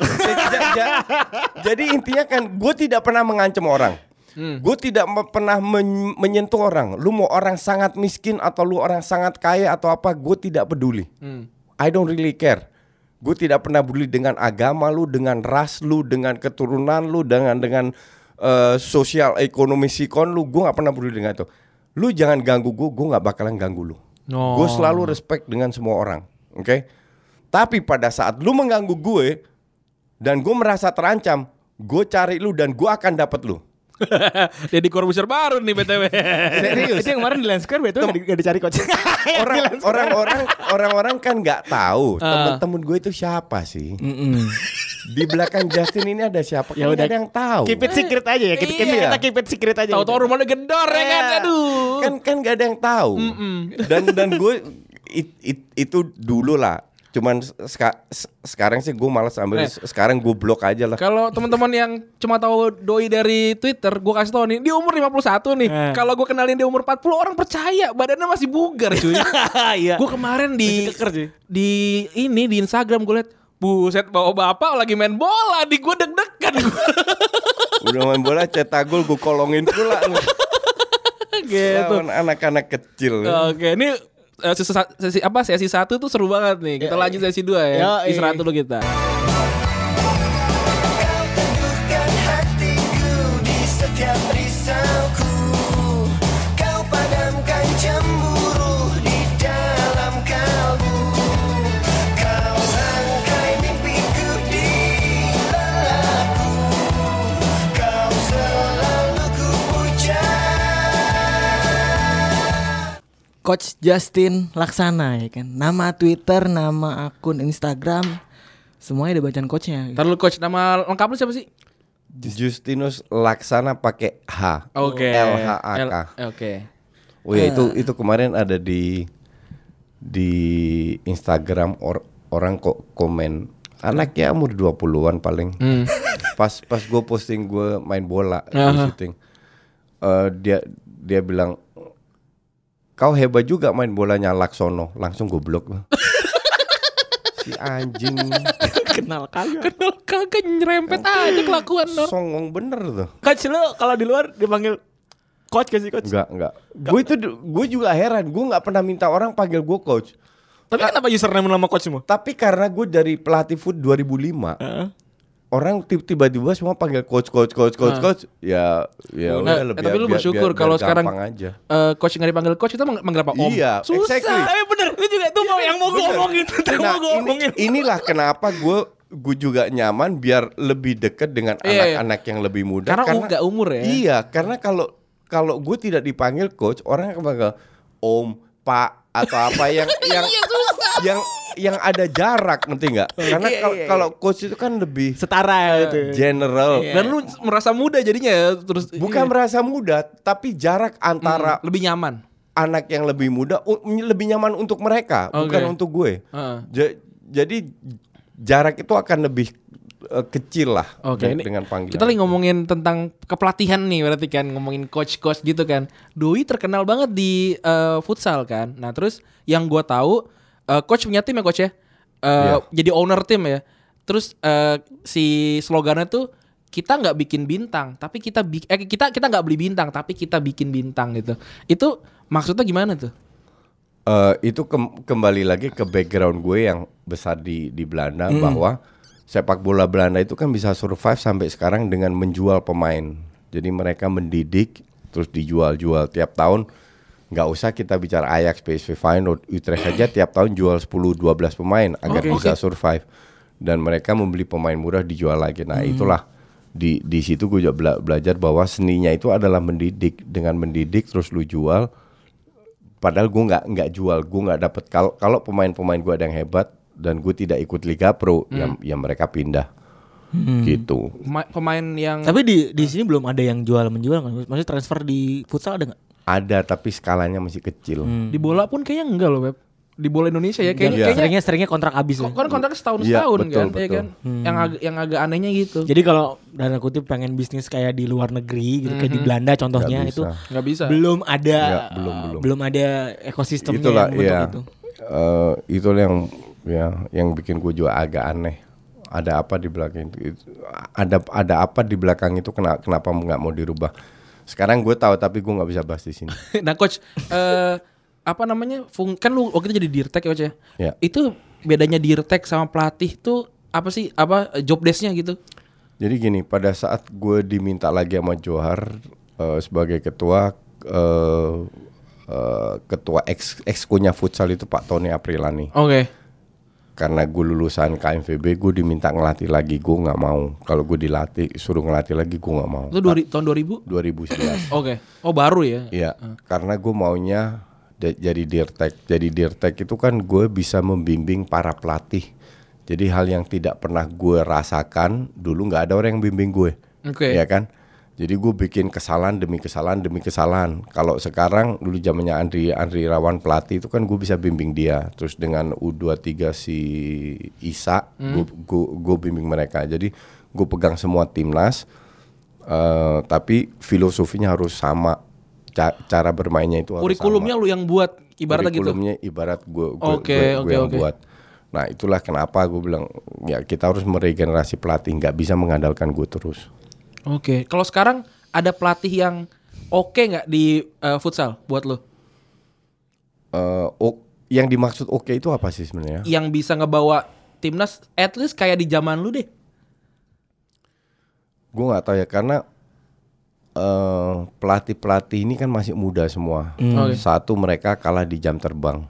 Jadi intinya kan, gue tidak pernah mengancam orang. Gue tidak pernah menyentuh orang. Lu mau orang sangat miskin atau lu orang sangat kaya atau apa, gue tidak peduli. I don't really care. Gue tidak pernah peduli dengan agama lu, dengan ras lu, dengan keturunan lu, dengan sosial ekonomi sikon lu, gue nggak pernah peduli dengan itu. Lu jangan ganggu gue nggak bakalan ganggu lu. Gue selalu respect dengan semua orang, oke? Tapi pada saat lu mengganggu gue dan gue merasa terancam, gue cari lu dan gue akan dapat lu. Jadi Corbuzier baru nih BTW. Serius? Itu yang kemarin di Landsquare betul nggak dicari coach. Orang-orang kan nggak tahu temen-temen gue itu siapa sih. Di belakang Justin ini ada siapa? Ya udah, ada yang tahu. Keep it secret aja ya. Kita keep it secret aja. Tahu-tahu rumahnya gedor ya kan. Aduh. Kan nggak ada yang tahu. Dan gue itu dulu lah. Cuman sekarang sih gue malas ambil. Sekarang gue blok aja lah. Kalau teman-teman yang cuma tahu Doi dari Twitter, gue kasih tau nih, dia umur 51 nih. Kalau gue kenalin dia umur 40, orang percaya badannya masih bugar cuy. Iya. Gue kemarin di Instagram gue liat, buset bawa bapak lagi main bola, di gue deg-degan. Udah main bola cetak gol, gue kolongin pula. Gitu. Lawan anak-anak kecil. Oke, ini sesi 1 tuh seru banget nih. Kita lanjut sesi 2 ya. Istirahat dulu kita. Coach Justin Laksana ya kan. Nama Twitter, nama akun Instagram, semuanya ada bacaan coachnya. Ntar lu coach, nama lengkap lu siapa sih? Justinus Laksana pakai H. Oke. LHAK. Oke. Oh ya itu kemarin ada di Instagram orang kok komen anaknya umur 20-an paling. Pas gue posting gue main bola shooting. Dia bilang, kau hebat juga main bolanya Laksono. Langsung gue blok. Si anjing. Kenal kagak Nyerempet aja kelakuan lo. Songong bener tuh. Coach lu kalau di luar dipanggil coach gak sih coach? Enggak. Gue juga heran. Gue nggak pernah minta orang panggil gue coach. Tapi kenapa username nama coach semua? Tapi karena gue dari pelatih foot 2005. Orang tiba-tiba semua panggil coach. Ya udah lebih. Tapi lu bersyukur kalau sekarang coach nggak dipanggil coach, kita manggil apa? Om. Iya, susah. Exactly. Bener, itu juga tuh yang mau gue omongin. Inilah kenapa gue juga nyaman biar lebih dekat dengan anak-anak yang leblebih muda. Karena nggak umur ya. Iya, karena kalau gue tidak dipanggil coach, orang akan panggil om, pak atau apa yang ada jarak, ngerti nggak? Karena kalau coach itu kan lebih setara gitu, general. Dan lu merasa muda jadinya ya, terus bukan merasa muda, tapi jarak antara lebih nyaman. Anak yang lebih muda lebih nyaman untuk mereka, bukan untuk gue. Jadi jarak itu akan lebih kecil lah dengan panggilan. Kita lagi ngomongin tentang kepelatihan nih, berarti kan ngomongin coach gitu kan. Doi terkenal banget di futsal kan. Nah terus yang gue tahu, coach punya tim ya coach ya, jadi owner tim ya. Terus si slogannya tuh, kita nggak bikin bintang, tapi kita nggak beli bintang, tapi kita bikin bintang gitu. Itu maksudnya gimana tuh? Itu kembali lagi ke background gue yang besar di Belanda, bahwa sepak bola Belanda itu kan bisa survive sampai sekarang dengan menjual pemain. Jadi mereka mendidik terus dijual tiap tahun. Nggak usah kita bicara Ajax, PSV, Feyenoord, Utrecht saja tiap tahun jual 10-12 pemain agar bisa survive. Dan mereka membeli pemain murah dijual lagi. Nah itulah di situ gue juga belajar bahwa seninya itu adalah mendidik. Dengan mendidik terus lu jual. Padahal gue nggak jual, gue nggak dapet. Kalau pemain-pemain gue ada yang hebat dan gue tidak ikut Liga Pro, ya mereka pindah. Gitu. Pemain yang. Tapi di sini belum ada yang jual menjual kan? Maksudnya transfer di futsal ada nggak? Ada tapi skalanya masih kecil. Di bola pun kayaknya enggak loh, Beb. Di bola Indonesia ya kayaknya seringnya kontrak habis. Kan kontrak setahun betul. Ya kan. Yang agak anehnya gitu. Jadi kalau dalam kutip pengen bisnis kayak di luar negeri gitu, kayak di Belanda contohnya itu nggak bisa. Belum ada belum ada ekosistemnya itulah, yang bentuk itu. Itulah yang bikin gue juga agak aneh. Ada apa di belakang itu? Ada apa di belakang itu? Kenapa nggak mau dirubah? Sekarang gue tahu tapi gue nggak bisa bahas di sini. Nah coach, apa namanya? Kan lu waktu itu jadi dirtek ya coach ya? Ya. Itu bedanya dirtek sama pelatih tuh apa sih? Apa job desk-nya gitu? Jadi gini, pada saat gue diminta lagi sama Johar sebagai ketua exco-nya futsal itu Pak Tony Aprilani. Oke. Karena gue lulusan KMVB, gue diminta ngelatih lagi, gue nggak mau. Kalau gue suruh ngelatih lagi, gue nggak mau. Itu tahun 2000? 2011. Oke. Oh baru ya? Iya. Karena gue maunya jadi dirtek. Jadi dirtek itu kan gue bisa membimbing para pelatih. Jadi hal yang tidak pernah gue rasakan dulu, nggak ada orang yang bimbing gue. Oke. Ya kan? Jadi gue bikin kesalahan demi kesalahan. Kalau sekarang dulu zamannya Andri Irawan pelatih itu kan gue bisa bimbing dia. Terus dengan U23 si Isa, gue bimbing mereka. Jadi gue pegang semua timnas, tapi filosofinya harus sama. Cara bermainnya itu harus kurikulumnya sama. Lu yang buat ibaratnya gitu. Kurikulumnya ibarat gue yang buat. Nah itulah kenapa gue bilang ya kita harus meregenerasi pelatih, nggak bisa mengandalkan gue terus. Oke, kalau sekarang ada pelatih yang oke nggak di futsal buat lo? Yang dimaksud oke itu apa sih sebenarnya? Yang bisa ngebawa timnas, at least kayak di zaman lu deh. Gue nggak tahu ya karena pelatih ini kan masih muda semua. Okay. Satu mereka kalah di jam terbang.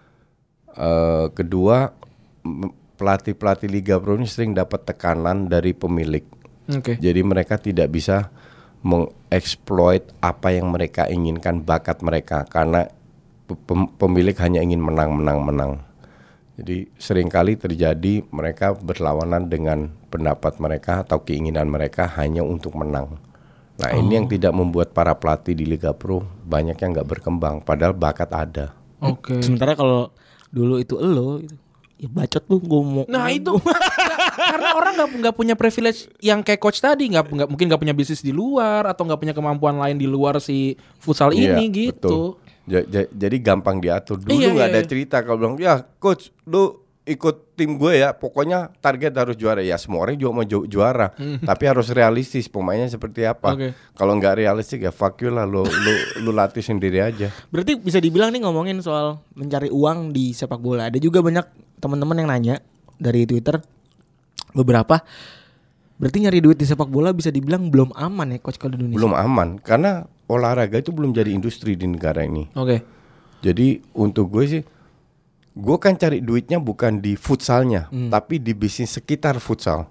Kedua pelatih Liga Pro ini sering dapat tekanan dari pemilik. Okay. Jadi mereka tidak bisa mengeksploit apa yang mereka inginkan, bakat mereka, karena pemilik hanya ingin menang. Jadi seringkali terjadi mereka berlawanan dengan pendapat mereka atau keinginan mereka hanya untuk menang. Nah ini yang tidak membuat para pelatih di Liga Pro banyak yang nggak berkembang, padahal bakat ada. Oke. Sementara kalau dulu itu elo itu ya bacot tuh ngomong. Nah itu karena orang nggak punya privilege yang kayak coach tadi, mungkin nggak punya bisnis di luar atau nggak punya kemampuan lain di luar si futsal ini gitu. Jadi gampang diatur. Dulu nggak ada cerita kalau bilang ya coach lu ikut tim gue ya, pokoknya target harus juara. Ya semua orang juga mau juara, tapi harus realistis pemainnya seperti apa. Okay. Kalau nggak realistis ya fuck you lah, lu latih sendiri aja. Berarti bisa dibilang nih ngomongin soal mencari uang di sepak bola, ada juga banyak teman-teman yang nanya dari Twitter beberapa. Berarti nyari duit di sepak bola bisa dibilang belum aman ya coach kalau di Indonesia? Belum aman karena olahraga itu belum jadi industri di negara ini. Oke. Jadi untuk gue sih, gue kan cari duitnya bukan di futsalnya, tapi di bisnis sekitar futsal.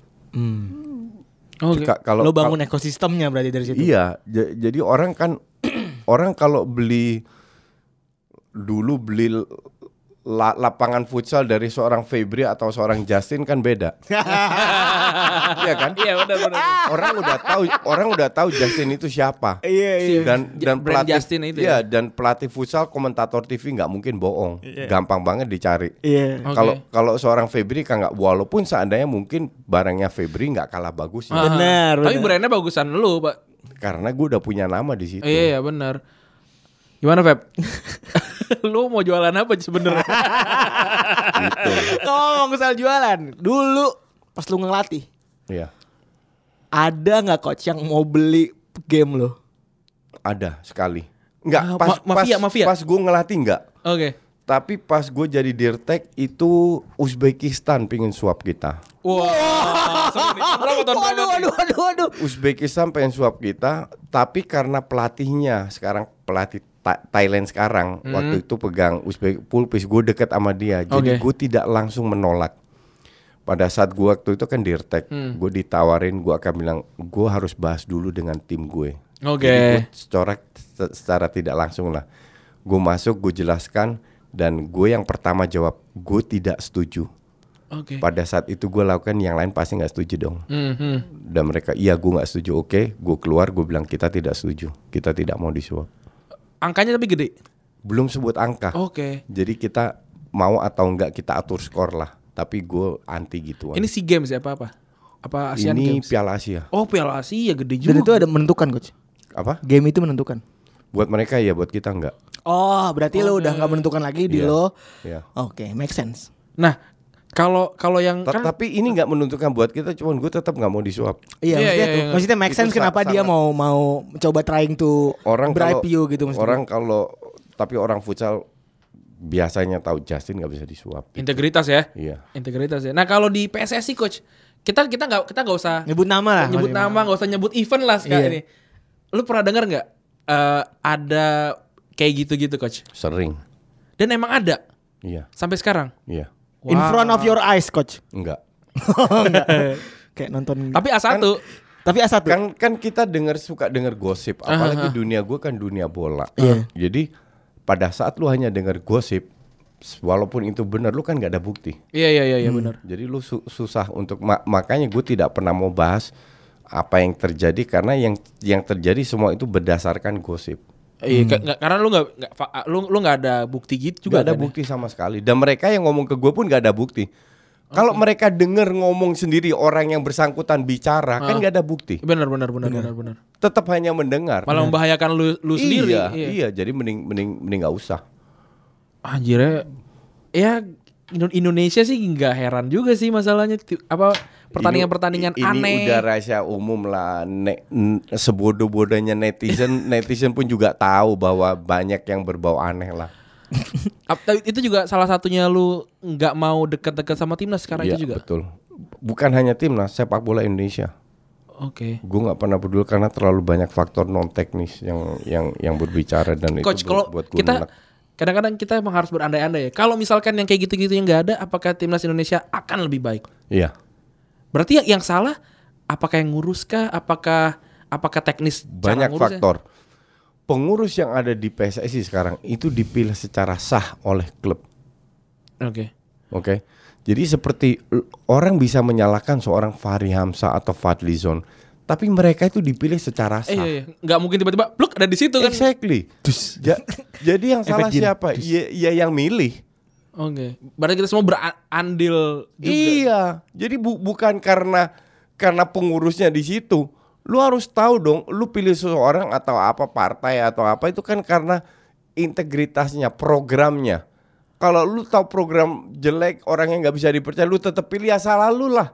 Okay. Kalau bangun ekosistemnya berarti dari situ. Iya, jadi orang kan orang kalau beli lapangan futsal dari seorang Febri atau seorang Justin kan beda. Iya kan? Iya benar. Orang udah tahu Justin itu siapa. Iya. Dan pelatih Justin itu. Iya, dan pelatih futsal, komentator TV nggak mungkin bohong. Gampang banget dicari. Iya. Kalau seorang Febri kan nggak, walaupun seandainya mungkin barangnya Febri nggak kalah bagus. Benar. Tapi brandnya bagusan lu, Pak. Karena gue udah punya nama di situ. Iya benar. Gimana Feb? Lu mau jualan apa sebenarnya? Gitu. Ngomong soal jualan. Dulu pas lu ngelatih, Iya. ada nggak coach yang mau beli game lo? Ada sekali. Enggak, mafia. Pas gue ngelatih enggak. Oke. Tapi pas gue jadi dirtek itu Uzbekistan pengen suap kita. Wah. Berapa tahun? Waduh. Uzbekistan pengen suap kita, tapi karena pelatihnya sekarang pelatih Thailand sekarang waktu itu pegang Uzbek Pulpis, gue deket sama dia, jadi gue tidak langsung menolak. Pada saat gue waktu itu kan dirtek, gue ditawarin, gue akan bilang gue harus bahas dulu dengan tim gue. Jadi gue secara tidak langsung lah, gue masuk, gue jelaskan, dan gue yang pertama jawab gue tidak setuju. Pada saat itu gue lakukan, yang lain pasti nggak setuju dong. Dan mereka iya gue nggak setuju. Gue keluar, gue bilang kita tidak setuju, kita tidak mau disuap. Angkanya lebih gede? Belum sebut angka. Jadi kita mau atau enggak kita atur skor lah. Tapi gue anti gituan. Ini SEA Games ya apa Asian Games? Ini Piala Asia. Piala Asia gede juga. Dan itu ada menentukan coach. Apa? Game itu menentukan. Buat mereka ya, buat kita enggak. Berarti lo udah nggak menentukan lagi di lo. Make sense. Nah, kalau yang tapi ini nggak menentukan buat kita, cuman gue tetap nggak mau disuap. Maksudnya make sense kenapa dia mau coba trying to bribe you gitu maksudnya. Tapi orang futsal biasanya tahu Justin nggak bisa disuap. Integritas ya. Iya. Integritas ya. Nah kalau di PSSI coach, kita nggak usah nyebut nama lah. Nyebut nama, nggak usah nyebut event lah sekarang ini. Lu pernah dengar nggak ada kayak gitu coach? Sering. Dan emang ada. Iya. Sampai sekarang. Iya. Wow. In front of your eyes coach? Enggak. Enggak. Kayak nonton. Tapi A1. Tapi A1. Kan kita suka denger gosip, apalagi dunia gue kan dunia bola. Jadi pada saat lu hanya dengar gosip, walaupun itu benar, lu kan nggak ada bukti. Iya benar. Jadi lu susah untuk makanya gue tidak pernah mau bahas apa yang terjadi, karena yang terjadi semua itu berdasarkan gosip. Iya, karena lu nggak ada bukti gitu juga. Gak ada bukti sama sekali. Dan mereka yang ngomong ke gue pun nggak ada bukti. Kalau mereka denger ngomong sendiri, orang yang bersangkutan bicara, kan nggak ada bukti. Benar. Tetap hanya mendengar. Malah membahayakan lu sendiri. Iya. Jadi mending nggak usah. Anjirnya, ya Indonesia sih nggak heran juga sih masalahnya. Pertandingan aneh. Ini udah rahasia umum lah. Sebodoh-bodohnya netizen pun juga tahu bahwa banyak yang berbau aneh lah. Itu juga salah satunya lu nggak mau dekat-dekat sama timnas sekarang itu juga. Betul. Bukan hanya timnas, sepak bola Indonesia. Gue nggak pernah peduli karena terlalu banyak faktor non teknis yang berbicara, dan Coach, itu buat gue kadang-kadang kita emang harus berandai-andai ya. Kalau misalkan yang kayak gitu-gitu yang nggak ada, apakah timnas Indonesia akan lebih baik? Iya. Berarti yang salah apakah yang ngurus kah? Apakah teknis? Banyak faktor. Pengurus yang ada di PSSI sekarang itu dipilih secara sah oleh klub. Oke. Jadi seperti orang bisa menyalahkan seorang Fahri Hamzah atau Fadlizon, tapi mereka itu dipilih secara sah. Nggak mungkin tiba-tiba pluk ada di situ kan? Exactly. Jadi yang salah siapa? Ya yang milih. Berarti kita semua berandil juga. Iya. Jadi bukan karena pengurusnya di situ. Lu harus tahu dong, lu pilih seseorang atau apa, partai atau apa, itu kan karena integritasnya, programnya. Kalau lu tahu program jelek, orang yang nggak bisa dipercaya, lu tetap pilih asal lu lah.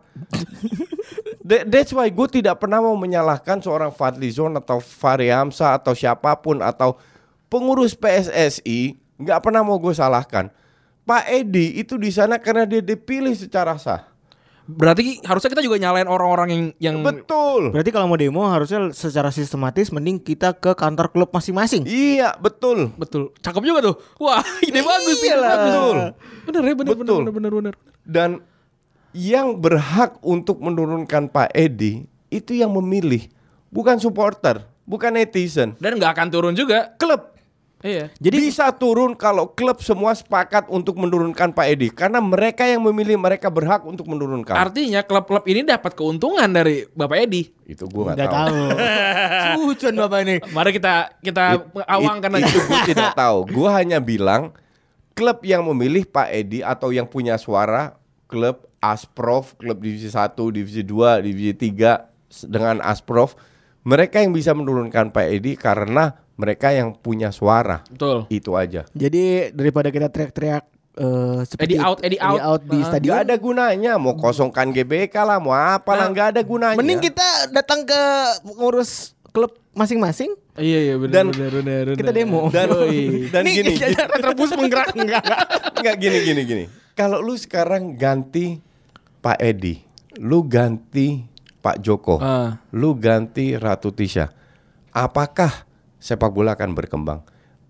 That's why gue tidak pernah mau menyalahkan seorang Fadlizon atau Fahri Hamzah atau siapapun atau pengurus PSSI, nggak pernah mau gue salahkan. Pak Edi itu di sana karena dia dipilih secara sah. Berarti harusnya kita juga nyalain orang-orang yang betul. Berarti kalau mau demo harusnya secara sistematis mending kita ke kantor klub masing-masing. Iya, betul. Cakep juga tuh. Wah, ide bagus sih. Bener. Dan yang berhak untuk menurunkan Pak Edi itu yang memilih, bukan supporter, bukan netizen. Dan nggak akan turun juga klub. Iya. Jadi bisa turun kalau klub semua sepakat untuk menurunkan Pak Edi, karena mereka yang memilih, mereka berhak untuk menurunkan. Artinya klub-klub ini dapat keuntungan dari Bapak Edi. Itu gue nggak tahu. Sujon Bapak ini. Mari kita awangkan aja. Itu gue tidak tahu. Gue hanya bilang klub yang memilih Pak Edi atau yang punya suara, klub Asprof, klub divisi 1, divisi 2, divisi 3 dengan Asprof, mereka yang bisa menurunkan Pak Edi karena mereka yang punya suara. Betul. Itu aja. Jadi daripada kita teriak-teriak Eddie out di stadion, gak ada gunanya. Mau kosongkan GBK lah, mau apa lah, gak ada gunanya. Mending kita datang ke pengurus klub masing-masing. Iya benar. Kita demo. Dan gini. Rebus menggerak enggak gini. Kalau lu sekarang ganti Pak Edi, lu ganti Pak Joko, lu ganti Ratu Tisha, apakah sepak bola akan berkembang?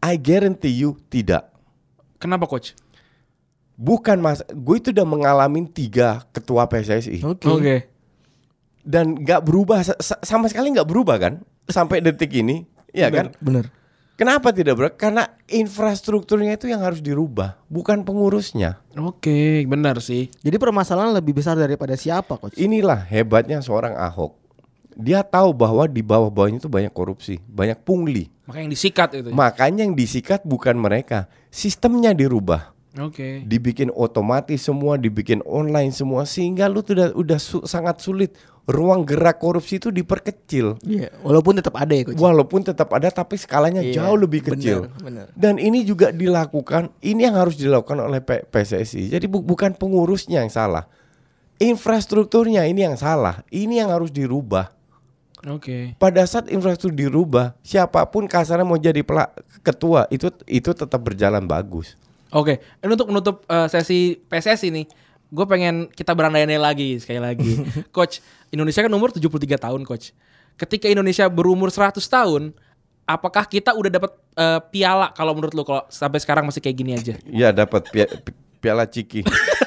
I guarantee you tidak. Kenapa coach? Bukan mas, gue itu udah mengalami 3 ketua PSSI. Oke. Dan nggak berubah sama sekali, nggak berubah kan sampai detik ini, ya kan? Bener. Kenapa tidak berubah? Karena infrastrukturnya itu yang harus dirubah, bukan pengurusnya. Oke, benar sih. Jadi permasalahan lebih besar daripada siapa, coach? Inilah hebatnya seorang Ahok. Dia tahu bahwa di bawah-bawahnya itu banyak korupsi, banyak pungli. Makanya yang disikat itu. Makanya yang disikat bukan mereka, sistemnya dirubah. Oke. Dibikin otomatis semua, dibikin online semua, sehingga lu tuh udah sangat sulit. Ruang gerak korupsi itu diperkecil. Iya, walaupun tetap ada ya coach. Walaupun tetap ada, tapi skalanya jauh lebih kecil. Bener. Dan ini juga dilakukan, ini yang harus dilakukan oleh PSSI. Jadi bukan pengurusnya yang salah, infrastrukturnya ini yang salah. Ini yang harus dirubah. Oke. Pada saat infrastruktur dirubah, siapapun kasarnya mau jadi ketua itu tetap berjalan bagus. Oke, ini untuk menutup sesi PSSI nih. Gue pengen kita berandai-andai lagi sekali lagi. Coach, Indonesia kan umur 73 tahun, Coach. Ketika Indonesia berumur 100 tahun, apakah kita udah dapat piala kalau menurut lo, kalau sampai sekarang masih kayak gini aja? Iya, dapat piala Ciki.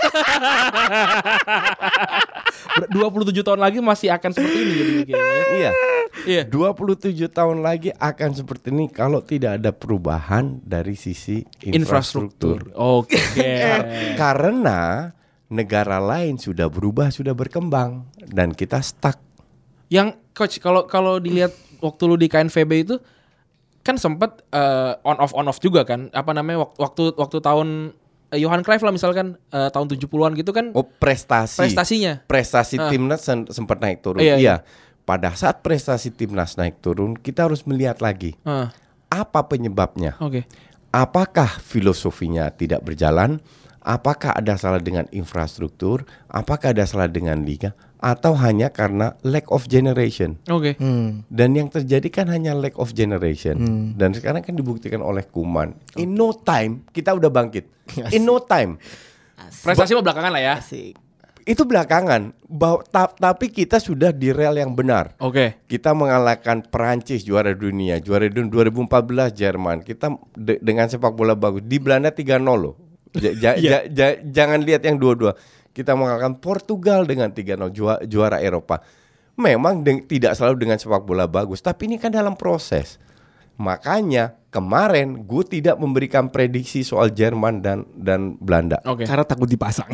27 tahun lagi masih akan seperti ini jadi kayaknya. Iya. 27 tahun lagi akan seperti ini kalau tidak ada perubahan dari sisi infrastruktur. Oke. Karena negara lain sudah berubah, sudah berkembang dan kita stuck. Yang coach kalau dilihat waktu lu di KNVB itu kan sempat on off juga kan? Apa namanya waktu tahun Johan Cruyff lah misalkan tahun 70-an gitu kan. Oh, prestasinya. Prestasi timnas sempat naik turun. Iya. Pada saat prestasi timnas naik turun, kita harus melihat lagi. Apa penyebabnya? Oke. Apakah filosofinya tidak berjalan? Apakah ada salah dengan infrastruktur? Apakah ada salah dengan liga? Atau hanya karena lack of generation? Oke. Dan yang terjadi kan hanya lack of generation. Dan sekarang kan dibuktikan oleh Koeman. In no time kita udah bangkit. In no time. Prestasi mah belakangan lah ya. Asik. Itu belakangan. Tapi kita sudah di rel yang benar. Oke. Kita mengalahkan Perancis juara dunia 2014 Jerman. Kita dengan sepak bola bagus. Di Belanda 3-0 loh. Jangan lihat yang 2-2. Kita mengalahkan Portugal dengan 3-0 juara Eropa. Memang tidak selalu dengan sepak bola bagus, tapi ini kan dalam proses. Makanya kemarin gue tidak memberikan prediksi soal Jerman dan Belanda. Karena takut dipasang.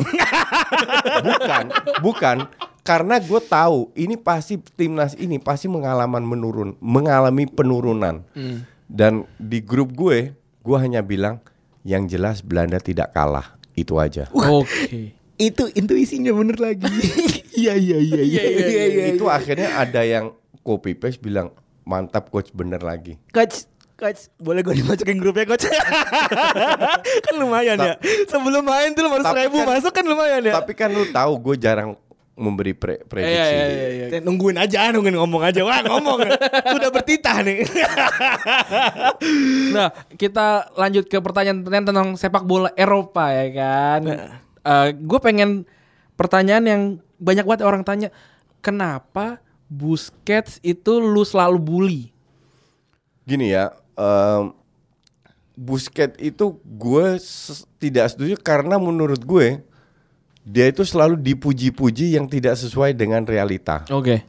Bukan. Karena gue tahu ini pasti timnas ini pasti mengalami penurunan. Dan di grup gue hanya bilang yang jelas Belanda tidak kalah, itu aja. Oke. Itu intuisinya bener lagi. Iya. Itu akhirnya ada yang copy paste bilang mantap coach, bener lagi. Coach, boleh gue dimasukin grupnya coach? Kan lumayan ya. Sebelum main tuh 100.000 masuk kan lumayan ya. Tapi kan lu tahu gue jarang memberi prediksi. Iya. Nungguin ngomong aja. Wah, ngomong. Sudah bertitah nih. Nah, kita lanjut ke pertanyaan tentang sepak bola Eropa ya kan. Gue pengen pertanyaan yang banyak banget orang tanya. Kenapa Busquets itu lu selalu bully? Gini ya, Busquets itu gue tidak setuju karena menurut gue dia itu selalu dipuji-puji yang tidak sesuai dengan realita. Oke.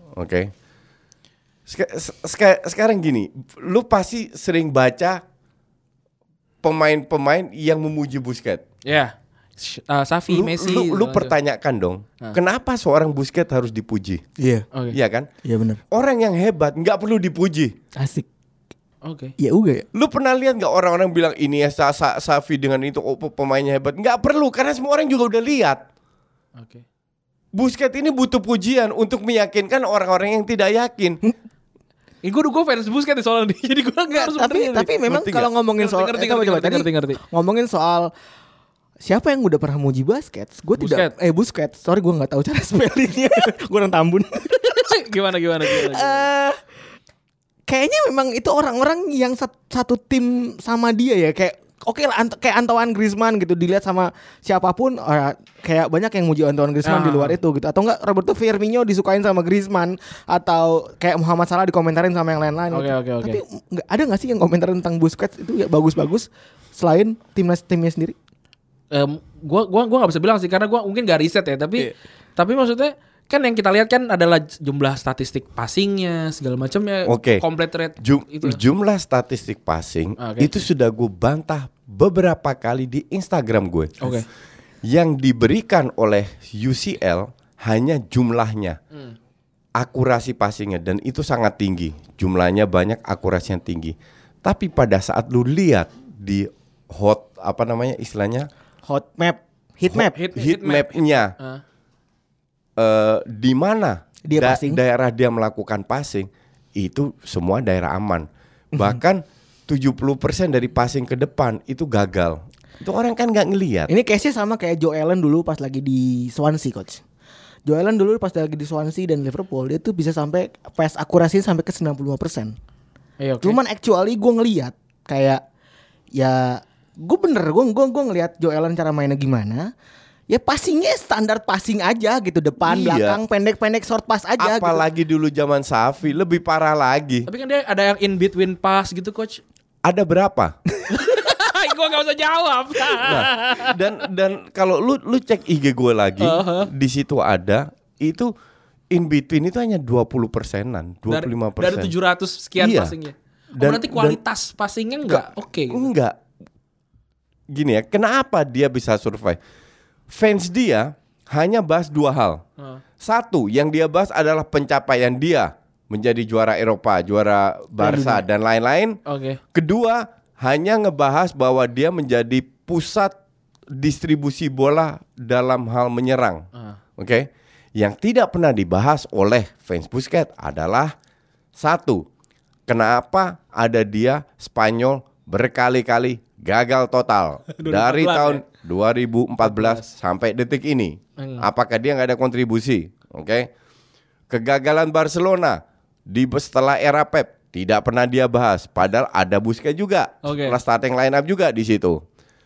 Sekarang gini, lu pasti sering baca pemain-pemain yang memuji Busquets. Ya. Xavi, Messi. Lu pertanyakan dong, kenapa seorang Busquets harus dipuji? Iya. Iya kan? Iya benar. Orang yang hebat nggak perlu dipuji. Asik. Oke. Ya uga ya. Lu pernah lihat nggak orang-orang bilang ini ya Xavi dengan itu pemainnya hebat? Nggak perlu karena semua orang juga udah lihat. Oke. Busquets ini butuh pujian untuk meyakinkan orang-orang yang tidak yakin. Gue fans Busquets soalnya jadi gue nggak harus. Tapi memang kalau ngomongin soal ngerti. Ngomongin soal siapa yang udah pernah muji Busquets? Gue tidak. Busquets. Sorry, gue nggak tahu cara spellingnya. Gue orang Tambun. Gimana? Kayaknya memang itu orang-orang yang satu tim sama dia ya. Kayak oke lah kayak Antoine Griezmann gitu dilihat sama siapapun kayak banyak yang muji Antoine Griezmann di luar itu gitu, atau enggak Roberto Firmino disukain sama Griezmann, atau kayak Muhammad Salah dikomentarin sama yang lain-lain. Oke. Tapi ada nggak sih yang komentarin tentang Busquets itu ya bagus-bagus selain timnya sendiri? Gua nggak bisa bilang sih karena gua mungkin nggak riset ya, tapi maksudnya kan yang kita lihat kan adalah jumlah statistik passingnya segala macamnya, complete rate itu. Jumlah statistik passing itu sudah gue bantah beberapa kali di Instagram gue. Yang diberikan oleh UCL hanya jumlahnya, akurasi passingnya, dan itu sangat tinggi. Jumlahnya banyak, akurasinya tinggi. Tapi pada saat lu lihat di hot mapnya, di mana daerah dia melakukan passing itu semua daerah aman. Bahkan 70% dari passing ke depan itu gagal. Itu orang kan nggak ngelihat. Ini case-nya sama kayak Joe Allen dulu pas lagi di Swansea, coach. Joe Allen dulu pas lagi di Swansea dan Liverpool, dia tuh bisa sampai pass akurasinya sampai ke 95%. Cuman actually gue ngelihat kayak ya gue ngelihat Joe Allen cara mainnya gimana. Ya passingnya standar passing aja gitu, depan belakang pendek-pendek short pass aja. Apalagi gitu. Dulu zaman Xavi lebih parah lagi. Tapi kan dia ada yang in between pass gitu, coach. Ada berapa? Gue gak usah jawab. Nah, dan kalau lu cek IG gue lagi, di situ ada itu in between itu hanya 20%-an, 25%. Dari 700 sekian passingnya. Berarti kualitas passingnya enggak oke. Enggak. Gini ya, kenapa dia bisa survive? Fans dia hanya bahas dua hal. Satu, yang dia bahas adalah pencapaian dia menjadi juara Eropa, juara Barca dan lain-lain. Kedua, hanya ngebahas bahwa dia menjadi pusat distribusi bola dalam hal menyerang. Yang tidak pernah dibahas oleh fans Busquets adalah satu, kenapa ada dia Spanyol berkali-kali gagal total dari tahun 2014 sampai detik ini. Apakah dia nggak ada kontribusi? Kegagalan Barcelona setelah era Pep tidak pernah dia bahas. Padahal ada Busquets juga. Setelah starting line up juga di situ.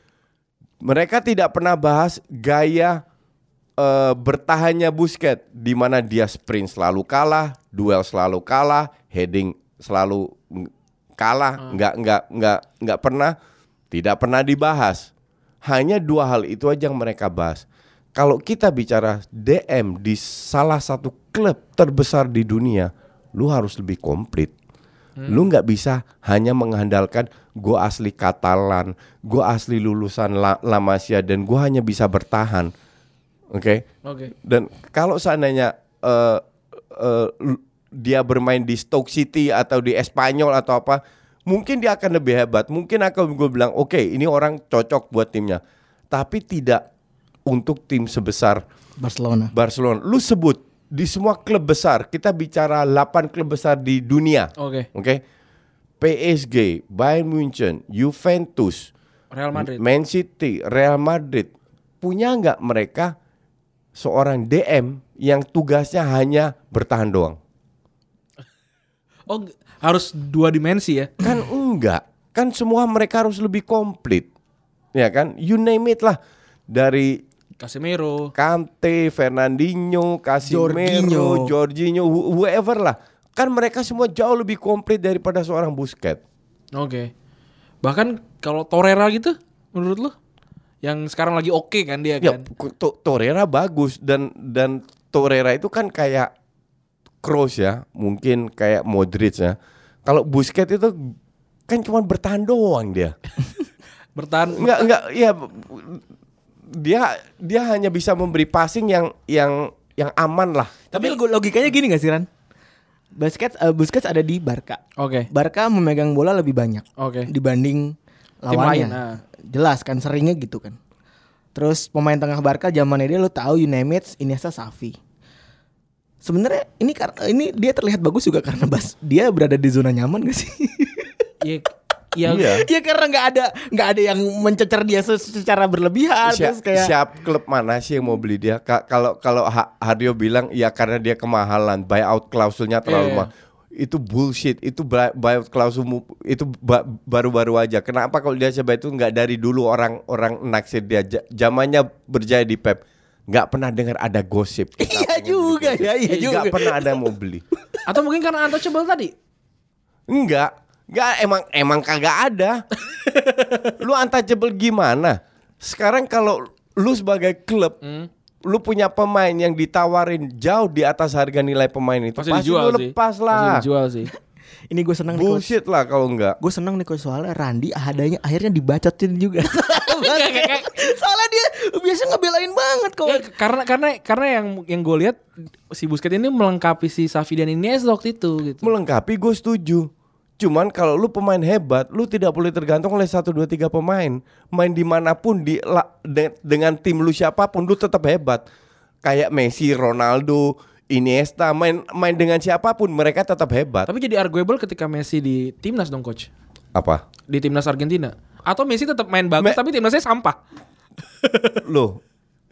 Mereka tidak pernah bahas gaya bertahannya Busquets, di mana dia sprint selalu kalah, duel selalu kalah, heading selalu kalah, nggak pernah, tidak pernah dibahas. Hanya dua hal itu aja yang mereka bahas. Kalau kita bicara DM di salah satu klub terbesar di dunia, lu harus lebih komplit. Lu nggak bisa hanya mengandalkan gue asli Katalan, gue asli lulusan La Masia, dan gue hanya bisa bertahan. Dan kalau seandainya dia bermain di Stoke City atau di Espanyol atau apa, mungkin dia akan lebih hebat. Mungkin akan gue bilang ini orang cocok buat timnya. Tapi tidak untuk tim sebesar Barcelona. Lu sebut di semua klub besar, kita bicara 8 klub besar di dunia. PSG, Bayern Munchen, Juventus, Real Madrid, Man City, Real Madrid. Punya nggak mereka seorang DM yang tugasnya hanya bertahan doang? Harus dua dimensi ya? Kan enggak. Kan semua mereka harus lebih komplit. Ya kan? You name it lah. Dari Casemiro, Kante, Fernandinho, Casemiro, Jorginho, whoever lah. Kan mereka semua jauh lebih komplit daripada seorang Busquets. Bahkan kalau Torreira gitu, menurut lu? Yang sekarang lagi kan dia kan? Torreira bagus. Dan Torreira itu kan kayak Kroos ya, mungkin kayak Modric ya. Kalau Busquets itu kan cuma bertahan doang dia. Bertahan enggak ya, dia hanya bisa memberi passing yang aman lah. Tapi logikanya gini gak sih, Ran? Busquets ada di Barca. Barca memegang bola lebih banyak dibanding lawannya. Jelas kan, seringnya gitu kan. Terus pemain tengah Barca zamannya dia, lo tahu, you name it, Iniesta, Xavi. Sebenarnya ini dia terlihat bagus juga karena dia berada di zona nyaman gak sih? Iya karena nggak ada yang mencecer dia secara berlebihan. Siap klub mana sih yang mau beli dia? Kalau Hardio bilang ya karena dia kemahalan, buyout klausulnya terlalu mahal. itu bullshit, itu buyout clause itu baru-baru aja. Kenapa kalau dia coba itu nggak dari dulu orang naksir dia, zamannya berjaya di Pep, nggak pernah dengar ada gosip. Iya juga ya, iya juga. Nggak pernah ada yang mau beli. Atau mungkin karena untouchable tadi? Enggak, emang kagak ada. Lu untouchable gimana? Sekarang kalau lu sebagai klub, lu punya pemain yang ditawarin jauh di atas harga nilai pemain itu, pasti lu lepas lah. Pasti dijual sih. Ini gue seneng bullshit nih, lah kalau enggak. Gue seneng nih soalnya Randy akhirnya dibacotin juga. Soalnya dia biasa ngebelain banget kok. Karena yang gue lihat si Busquets ini melengkapi si Xavi dan Iniesta waktu itu gitu. Melengkapi, gue setuju. Cuman kalau lu pemain hebat, lu tidak boleh tergantung oleh 1, 2, 3 pemain. Main dimanapun dengan tim lu siapapun, lu tetap hebat. Kayak Messi, Ronaldo, Iniesta, main dengan siapapun mereka tetap hebat. Tapi jadi arguable ketika Messi di timnas dong coach. Apa? Di timnas Argentina. Atau Messi tetap main bagus tapi timnasnya sampah. Loh,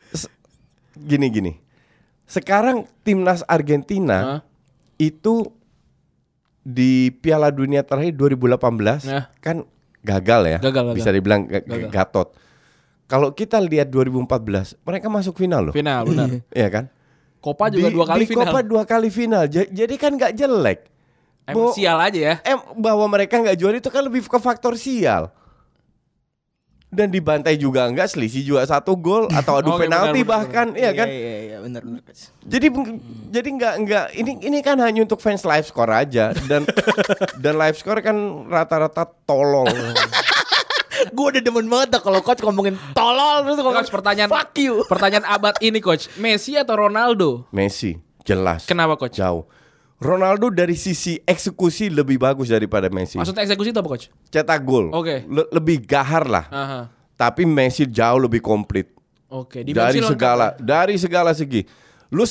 gini. Sekarang timnas Argentina itu di Piala Dunia terakhir 2018 kan gagal ya. Gagal. Bisa dibilang gatot. Kalau kita lihat 2014, mereka masuk final loh. Final, benar. Iya kan? Copa juga 2 kali final. Copa 2 kali final. Jadi kan nggak jelek. Sial aja ya. Bahwa mereka nggak juara itu kan lebih ke faktor sial. Dan dibantai juga enggak, selisih juga 1 gol atau adu penalti bahkan, iya kan? Iya, benar. Jadi enggak ini kan hanya untuk fans live score aja dan live score kan rata-rata tolol. Gue udah demen banget kalau coach ngomongin tolol terus ngomong fuck you. Pertanyaan abad ini coach, Messi atau Ronaldo? Messi, jelas. Kenapa coach? Jauh. Ronaldo dari sisi eksekusi lebih bagus daripada Messi. Maksudnya eksekusi itu apa coach? Cetak gol. Oke. Lebih gahar lah. Aha. Tapi Messi jauh lebih komplit. Oke. Dari segala segi. Lu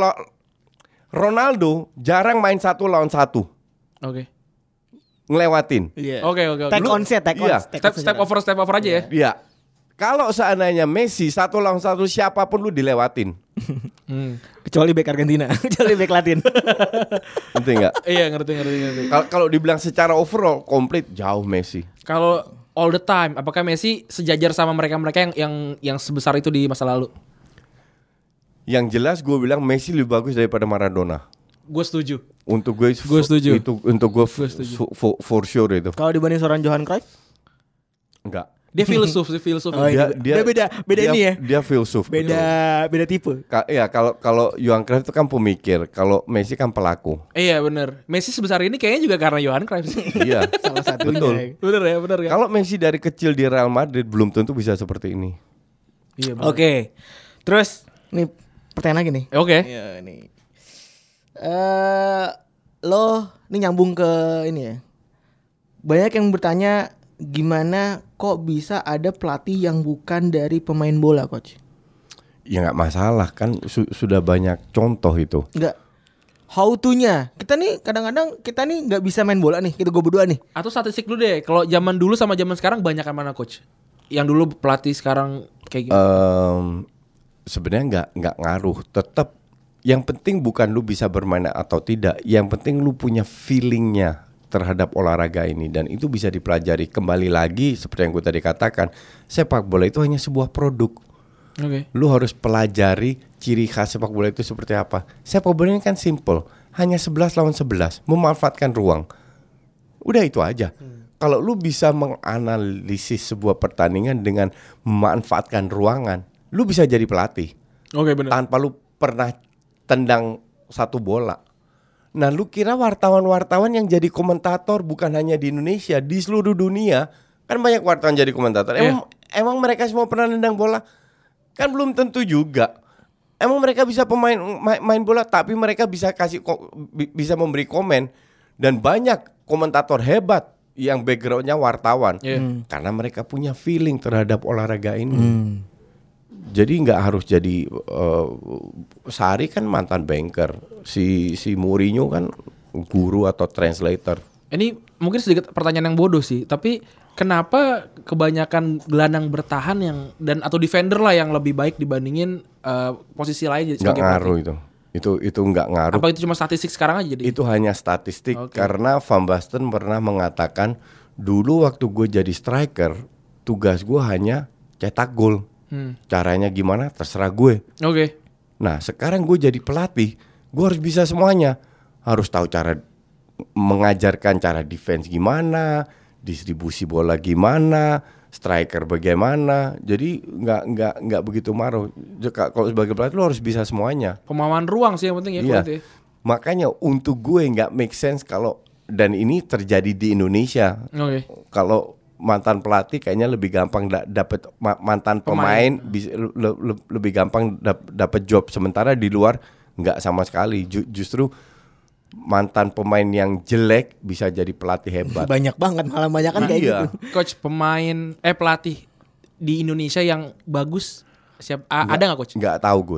Ronaldo jarang main 1 lawan 1. Oke. Ngelewatin. Iya. Oke. Take on set. Step over aja ya. Iya. Kalau seandainya Messi 1 lawan 1 siapapun lu dilewatin. Kecuali bek Argentina, kecuali bek Latin. Ngerti enggak? Iya, ngerti. Kalau dibilang secara overall komplit jauh Messi. Kalau all the time, apakah Messi sejajar sama mereka yang sebesar itu di masa lalu? Yang jelas gue bilang Messi lebih bagus daripada Maradona. Gue setuju. Untuk gue setuju. Itu untuk gue for sure itu. Kalau dibanding seorang Johan Cruyff? Enggak. Dia filsuf. Oh, dia beda ini ya. Dia filsuf. Beda tipe. Iya, kalau Johan Cruyff itu kan pemikir, kalau Messi kan pelaku. Iya, benar. Messi sebesar ini kayaknya juga karena Johan Cruyff. Iya. Salah satunya. Benar ya. Kalau Messi dari kecil di Real Madrid belum tentu bisa seperti ini. Iya. Oke. Terus nih pertanyaan lagi nih. Oke. Iya nih. Lo ini nyambung ke ini ya. Banyak yang bertanya gimana kok bisa ada pelatih yang bukan dari pemain bola, coach? Ya nggak masalah kan sudah banyak contoh itu. Nggak. How to-nya kita nih kadang-kadang kita nih nggak bisa main bola nih, kita gue berdua nih. Atau statistik dulu deh, kalau zaman dulu sama zaman sekarang banyak yang mana coach? Yang dulu pelatih sekarang kayak gitu? Sebenarnya nggak ngaruh. Tetap yang penting bukan lu bisa bermain atau tidak. Yang penting lu punya feelingnya terhadap olahraga ini, dan itu bisa dipelajari. Kembali lagi seperti yang gue tadi katakan, sepak bola itu hanya sebuah produk. Lu harus pelajari ciri khas sepak bola itu seperti apa. Sepak bola ini kan simple, hanya 11 lawan 11, memanfaatkan ruang. Udah itu aja. Kalau lu bisa menganalisis sebuah pertandingan dengan memanfaatkan ruangan, lu bisa jadi pelatih. Benar. Tanpa lu pernah tendang satu bola. Nah, lu kira wartawan-wartawan yang jadi komentator bukan hanya di Indonesia, di seluruh dunia, kan banyak wartawan jadi komentator. Emang mereka semua pernah nendang bola? Kan belum tentu juga. Emang mereka bisa main bola, tapi mereka bisa bisa memberi komen, dan banyak komentator hebat yang backgroundnya wartawan, karena mereka punya feeling terhadap olahraga ini. Jadi nggak harus jadi Sarri kan mantan banker, si Mourinho kan guru atau translator. Ini mungkin sedikit pertanyaan yang bodoh sih, tapi kenapa kebanyakan gelandang bertahan atau defender lah yang lebih baik dibandingin posisi lain? Nggak ngaruh itu. Itu nggak ngaruh. Apa itu cuma statistik sekarang aja jadi? Itu hanya statistik karena Van Basten pernah mengatakan dulu waktu gue jadi striker, tugas gue hanya cetak gol. Caranya gimana terserah gue. Nah sekarang gue jadi pelatih, gue harus bisa semuanya. Harus tahu cara mengajarkan cara defense gimana, distribusi bola gimana, striker bagaimana. Jadi nggak begitu marah. Kalau sebagai pelatih lo harus bisa semuanya. Pemahaman ruang sih yang penting ya. Iya. Makanya untuk gue nggak make sense kalau, dan ini terjadi di Indonesia. Kalau mantan pelatih kayaknya lebih gampang dapat mantan pemain bisa lebih gampang dapat job, sementara di luar nggak sama sekali. Justru mantan pemain yang jelek bisa jadi pelatih hebat. Banyak banget, malah banyak kan kayak gitu. Coach, pelatih di Indonesia yang bagus ada nggak coach? Nggak tahu gue.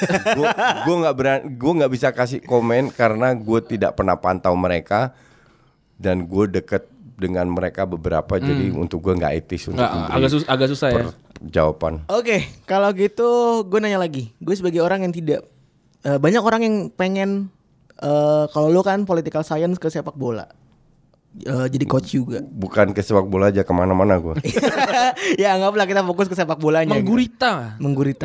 Gue nggak berani, gue nggak bisa kasih komen karena gue tidak pernah pantau mereka dan gue deket dengan mereka beberapa, jadi untuk gue nggak etis untuk agak susah ya jawaban. Oke, kalau gitu gue nanya lagi. Gue sebagai orang yang tidak banyak orang yang pengen kalau lu kan political science ke sepak bola, jadi coach juga. Bukan ke sepak bola aja, kemana-mana gue. Ya anggaplah kita fokus ke sepak bolanya. Menggurita.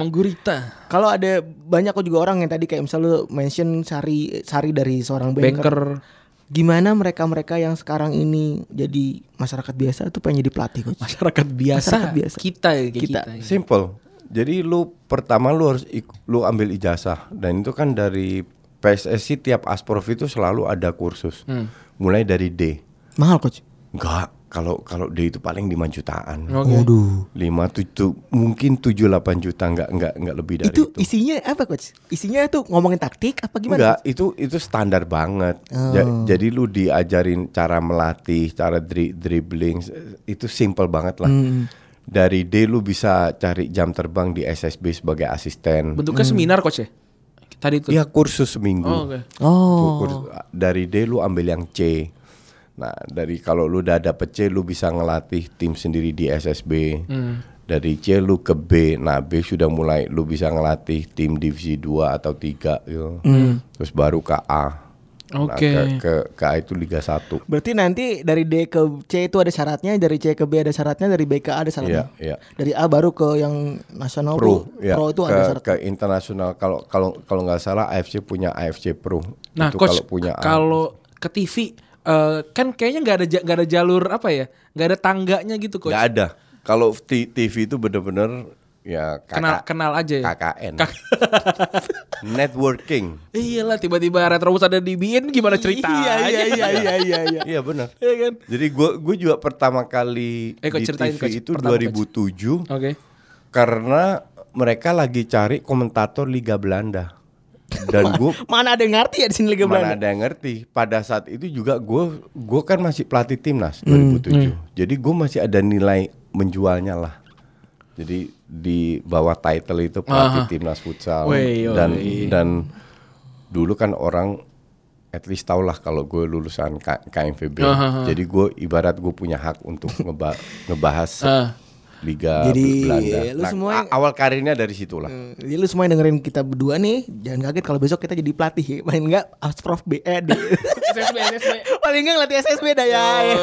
Kalau ada banyak kok juga orang yang tadi kayak misalnya lu mention Sari dari seorang banker. Gimana mereka yang sekarang ini jadi masyarakat biasa tuh pengen jadi pelatih coach? Masyarakat biasa. Kita. Simple. Jadi lu pertama lu harus lu ambil ijazah, dan itu kan dari PSSI tiap asprof itu selalu ada kursus. Mulai dari D. Mahal coach? Enggak, kalau D itu paling 5 jutaan. Waduh. 5-7 mungkin 7-8 juta, enggak lebih dari itu. Itu isinya apa coach? Isinya itu ngomongin taktik apa gimana? Enggak, itu standar banget. Jadi lu diajarin cara melatih, cara dribbling, itu simple banget lah. Dari D lu bisa cari jam terbang di SSB sebagai asisten. Bentuknya seminar coach ya? Tadi itu. Ya kursus seminggu. Dari D lu ambil yang C. Nah, kalau lu udah dapet C, lu bisa ngelatih tim sendiri di SSB. Dari C lu ke B. Nah, B sudah mulai lu bisa ngelatih tim divisi 2 atau 3 gitu. Terus baru ke A. Nah, ke A itu Liga 1. Berarti nanti dari D ke C itu ada syaratnya, dari C ke B ada syaratnya, dari B ke A ada syaratnya. Iya. Dari A baru ke yang nasional Pro itu ada syaratnya. Ke internasional, kalau nggak salah AFC punya AFC Pro. Nah, itu coach, kalau ke TV kan kayaknya nggak ada jalur apa ya, nggak ada tangganya gitu coach. Nggak ada. Kalau TV itu bener-bener ya kenal aja ya. KKN. Networking. Iyalah, tiba-tiba Retrobus ada di BIN, gimana ceritanya? Iya. Iya benar. Iya kan? Jadi gue juga pertama kali di TV itu 2007. Karena mereka lagi cari komentator Liga Belanda. Dan gue mana ada yang ngerti ya di sini Liga Belanda? Mana ada yang ngerti. Pada saat itu juga gue kan masih pelatih timnas 2007. Jadi gue masih ada nilai menjualnya lah. Jadi di bawah title itu pelatih timnas futsal. Dan dulu kan orang at least tau lah kalau gue lulusan KMVB. Jadi gue ibarat gue punya hak untuk ngebahas Liga Belanda. Nah, awal karirnya dari situlah. Jadi lu semua yang dengerin kita berdua nih, jangan kaget kalau besok kita jadi pelatih. Paling enggak Asprof B SSB. Paling enggak ngelatih SSB dah ya.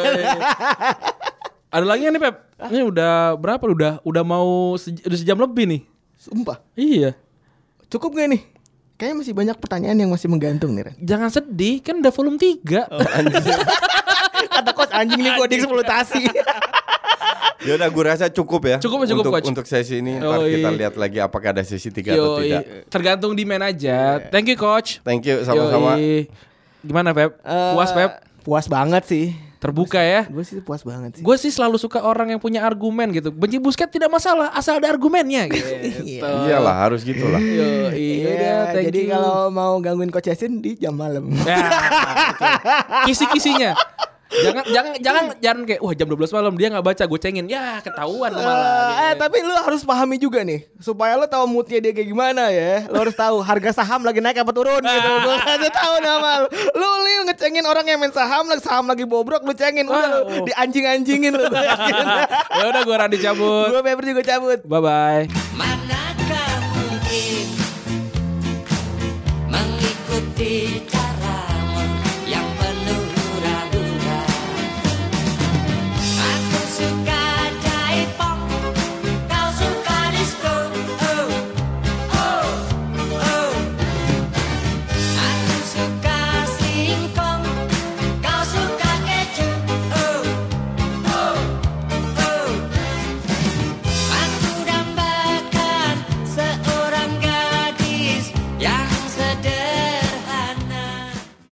Ada lagi nih Pep? Ini udah berapa? Udah mau udah sejam lebih nih. Sumpah. Iya. Cukup gak nih? Kayaknya masih banyak pertanyaan yang masih menggantung nih Ren. Jangan sedih, kan udah volume 3. Kata coach anjing nih gue dieksploitasi. Ya udah, gue rasa cukup ya. Cukup coach. Untuk sesi ini. Ntar kita lihat lagi apakah ada sesi 3 atau tidak. Tergantung demand aja. Thank you coach. Thank you, sama-sama. Gimana Pep? Puas Pep? Puas banget sih. Terbuka ya. Gue sih puas banget sih. Gue sih selalu suka orang yang punya argumen gitu. Benci Busquets tidak masalah, asal ada argumennya gitu. Iyalah, harus gitulah. Jadi kalau mau gangguin Coach Yasin di jam malam. Kisi-kisinya. Jangan kayak wah jam 12 malam dia nggak baca, gue cengin, ya ketahuan malah. Tapi lu harus pahami juga nih, supaya lu tahu moodnya dia kayak gimana ya. Lu harus tahu harga saham lagi naik apa turun gitu. Gue kasih tahu nama lu. Lu ngecengin orang yang main saham lagi bobrok, lu cengin udah lu dianjing-anjingin lu. Ya udah, gue Randy cabut. Gue Pepper juga cabut. Bye bye. Manakah mungkin Tidak